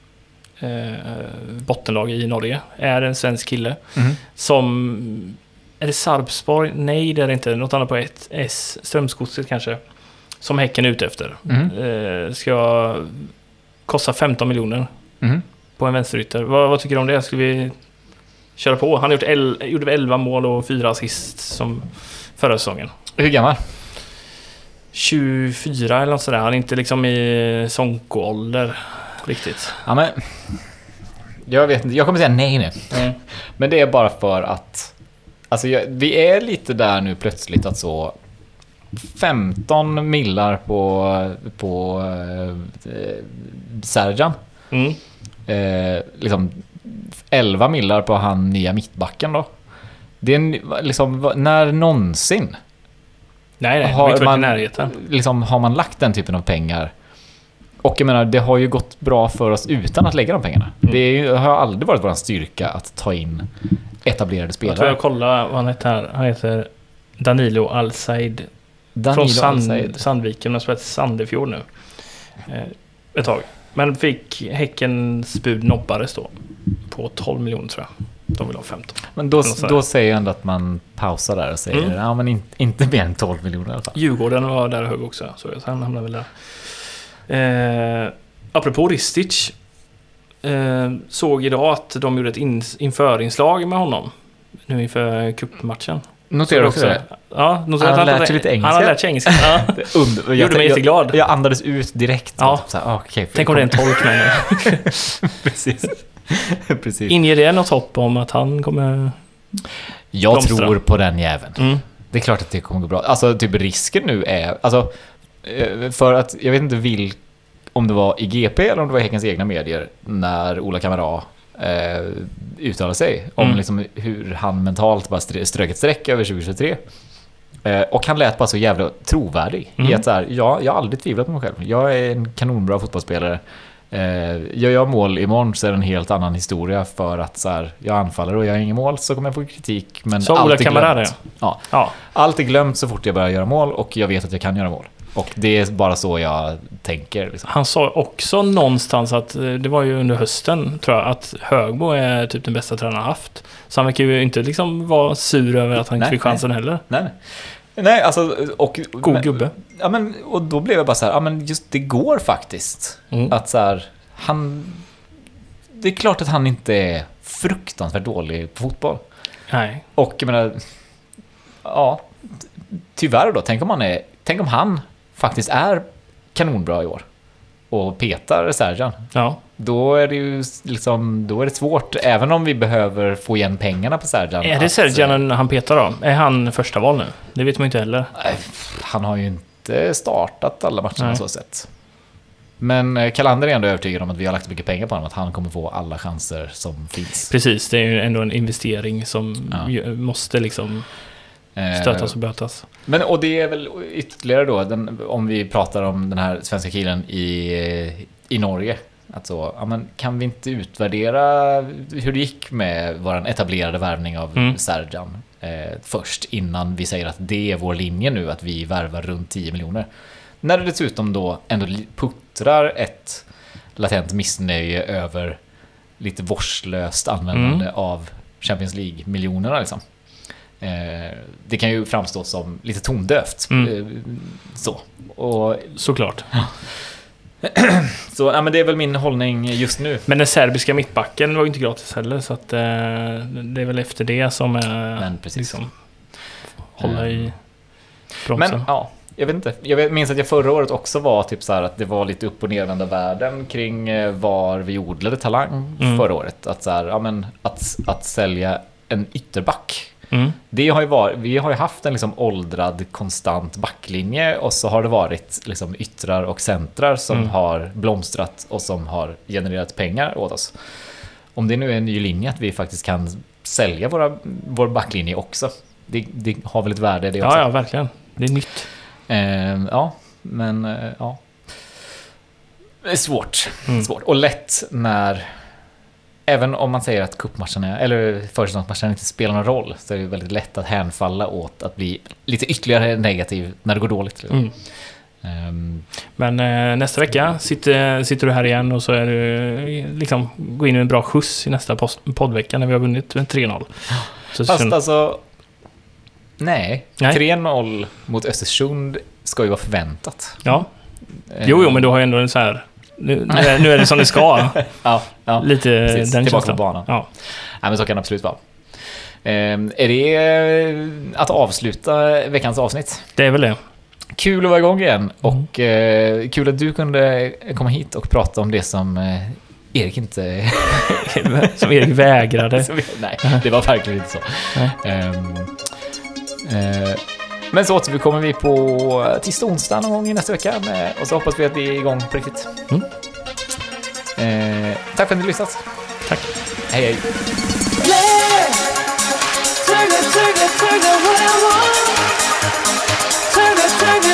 [SPEAKER 1] Eh, bottenlag i Norge. Är en svensk kille.
[SPEAKER 2] Mhm.
[SPEAKER 1] Som... Är det Sarpsborg? Nej, det är det inte. Något annat på ett S. Strömsgodset kanske. Som Häcken är ute efter.
[SPEAKER 2] Mhm.
[SPEAKER 1] Eh, ska kosta femton miljoner
[SPEAKER 2] Mhm.
[SPEAKER 1] på en vänsterytter. Vad, vad tycker du om det? Ska vi köra på? Han har gjort el, gjorde väl elva mål och fyra assist som förra säsongen.
[SPEAKER 2] Hur gammal?
[SPEAKER 1] tjugofyra eller något sådär. Han är inte liksom i Sonko-ålder riktigt.
[SPEAKER 2] Ja, men... Jag vet inte. Jag kommer säga nej nu.
[SPEAKER 1] Mm.
[SPEAKER 2] Men det är bara för att... Alltså, jag, vi är lite där nu plötsligt att så... femton millar på... På... Eh, Serjan.
[SPEAKER 1] Mm.
[SPEAKER 2] Eh, liksom... elva millar på han nya mittbacken då. Det är en, liksom... När någonsin...
[SPEAKER 1] Nej, nej.
[SPEAKER 2] Har
[SPEAKER 1] Har inte varit
[SPEAKER 2] man-
[SPEAKER 1] i närheten.
[SPEAKER 2] Liksom, har man lagt den typen av pengar Och jag menar, det har ju gått bra för oss utan att lägga de pengarna. Mm. Det är ju, har aldrig varit vår styrka att ta in etablerade spelare.
[SPEAKER 1] Jag tror jag kollar vad han heter här. Han heter Danilo Al-Said. Från Sand, Sandviken. Han har spelat Sandefjord nu. Eh, ett tag. Men fick Häckens bud nobbades då. På tolv miljoner tror jag. De vill ha femton.
[SPEAKER 2] Men då, då säger jag ändå att man pausar där och säger mm. ja, men in, inte mer än tolv miljoner i alla fall.
[SPEAKER 1] Djurgården var där hög också. Så jag sen hamnade väl där. Eh, apropå Ristic. Eh, såg idag att de gjorde ett in, införinslag med honom. Nu inför cupmatchen.
[SPEAKER 2] Noterar också det?
[SPEAKER 1] Ja, noterar
[SPEAKER 2] han
[SPEAKER 1] har
[SPEAKER 2] lärt sig lite engelska.
[SPEAKER 1] Han har lärt sig engelska. Ja.
[SPEAKER 2] Under, jag
[SPEAKER 1] gjorde mig jätteglad.
[SPEAKER 2] Jag, jag andades ut direkt.
[SPEAKER 1] Ja.
[SPEAKER 2] Så här, okay,
[SPEAKER 1] tänk om det är en tolk med
[SPEAKER 2] Precis. Precis.
[SPEAKER 1] Inger det något hopp om att han kommer
[SPEAKER 2] Jag
[SPEAKER 1] blomstra?
[SPEAKER 2] tror på den jäveln.
[SPEAKER 1] Mm.
[SPEAKER 2] Det är klart att det kommer gå bra. Alltså typ risken nu är alltså, för att jag vet inte vil, om det var i G P eller om det var Häckens egna medier när Ola Kamara eh, uttalade sig om
[SPEAKER 1] mm. liksom
[SPEAKER 2] hur han mentalt bara strök ett streck över tjugo tjugotre. Eh, och han lät bara så jävla trovärdig mm. i att så här, ja, jag har aldrig tvivlat på mig själv. Jag är en kanonbra fotbollsspelare. Eh, gör jag mål imorgon så är det en helt annan historia för att så här, jag anfaller och jag har ingen mål så kommer jag få kritik. Men
[SPEAKER 1] så
[SPEAKER 2] allt är
[SPEAKER 1] glömt.
[SPEAKER 2] Det. Ja. Ja. Allt är glömt så fort jag börjar göra mål och jag vet att jag kan göra mål. Och det är bara så jag tänker. Liksom.
[SPEAKER 1] Han sa också någonstans att det var ju under hösten tror jag att Högbo är typ den bästa tränaren haft. Så han verkar ju inte liksom vara sur över att han nej, fick chansen
[SPEAKER 2] nej.
[SPEAKER 1] heller.
[SPEAKER 2] Nej, nej. Nej, alltså och
[SPEAKER 1] god
[SPEAKER 2] men,
[SPEAKER 1] gubbe.
[SPEAKER 2] Ja men och då blev jag bara så här, ja men just det går faktiskt mm. att så här, han det är klart att han inte är fruktansvärt dålig på fotboll.
[SPEAKER 1] Nej.
[SPEAKER 2] Och jag menar ja, tyvärr då, tänk om han är tänk om han faktiskt är kanonbra i år och petar Serjan.
[SPEAKER 1] Ja.
[SPEAKER 2] Då är det ju liksom då är det svårt även om vi behöver få igen pengarna på Serjan.
[SPEAKER 1] Är det Serjan han petar då? Är han första val nu? Det vet man inte heller.
[SPEAKER 2] Nej, han har ju inte startat alla matcherna så sett. Men Kalander är ändå övertygad om att vi har lagt mycket pengar på honom, att han kommer få alla chanser som finns.
[SPEAKER 1] Precis, det är ju ändå en investering som ja. måste liksom stötas och bötas.
[SPEAKER 2] Men och det är väl ytterligare då den, om vi pratar om den här svenska killen i i Norge att så, ja, men kan vi inte utvärdera hur det gick med våran etablerade värvning av mm. Serjan eh, först innan vi säger att det är vår linje nu att vi värvar runt tio miljoner. När det dessutom då ändå puttrar ett latent missnöje över lite vårdslöst användande mm. av Champions League-miljonerna liksom. Eh, det kan ju framstå som lite tondövt mm. eh, så. Och,
[SPEAKER 1] såklart.
[SPEAKER 2] Så ja, men det är väl min hållning just nu.
[SPEAKER 1] Men den serbiska mittbacken var ju inte gratis heller så att eh, det är väl efter det som är
[SPEAKER 2] men precis.
[SPEAKER 1] Liksom, hålla i bromsen.
[SPEAKER 2] Men ja, jag vet inte. Jag minns att jag förra året också var typ så här att det var lite upp och nervända världen kring var vi odlade talang mm. förra året. Att så här, ja men att att sälja en ytterback. Mm. Det har ju varit, vi har ju haft en liksom åldrad konstant backlinje och så har det varit liksom yttrar och centrar som mm. har blomstrat och som har genererat pengar åt oss. Om det nu är en ny linje att vi faktiskt kan sälja våra, vår backlinje också. Det, det har väl ett värde det också.
[SPEAKER 1] Ja, ja, verkligen. Det är nytt.
[SPEAKER 2] Eh, ja, men eh, ja. Det är svårt. Mm. svårt. Och lätt när även om man säger att cupmatcherna eller försäsongsmatcherna inte spelar någon roll så är det väldigt lätt att hänfalla åt att bli lite ytterligare negativ när det går dåligt. Mm. Um,
[SPEAKER 1] Men eh, nästa vecka sitter, sitter du här igen och så är du liksom gå in i en bra skjuts i nästa post, poddvecka när vi har vunnit tre noll. Så
[SPEAKER 2] fast
[SPEAKER 1] känner...
[SPEAKER 2] alltså nej, nej, tre noll mot Östersund ska ju vara förväntat.
[SPEAKER 1] Ja. Jo, jo, men du har ju ändå en så här Nu, nu, är, nu är det som det ska.
[SPEAKER 2] ja, ja,
[SPEAKER 1] lite
[SPEAKER 2] precis.
[SPEAKER 1] Den
[SPEAKER 2] tillbaka på banan.
[SPEAKER 1] Ja.
[SPEAKER 2] Ja, men så kan det absolut vara. Ehm, är det att avsluta veckans avsnitt?
[SPEAKER 1] Det är väl det.
[SPEAKER 2] Kul att vara igång igen. Och mm. eh, kul att du kunde komma hit och prata om det som eh, Erik inte...
[SPEAKER 1] som Erik vägrade.
[SPEAKER 2] som, nej, det var verkligen inte så. Ehm, eh, Men så återkommer vi på tisdag onsdag någon gång i nästa vecka med, och så hoppas vi att vi är igång på riktigt. Mm. Eh, tack för att ni har lyssnat.
[SPEAKER 1] Tack.
[SPEAKER 2] Hej hej.
[SPEAKER 3] Turn it, turn it, turn it, what I want. Turn it, turn it.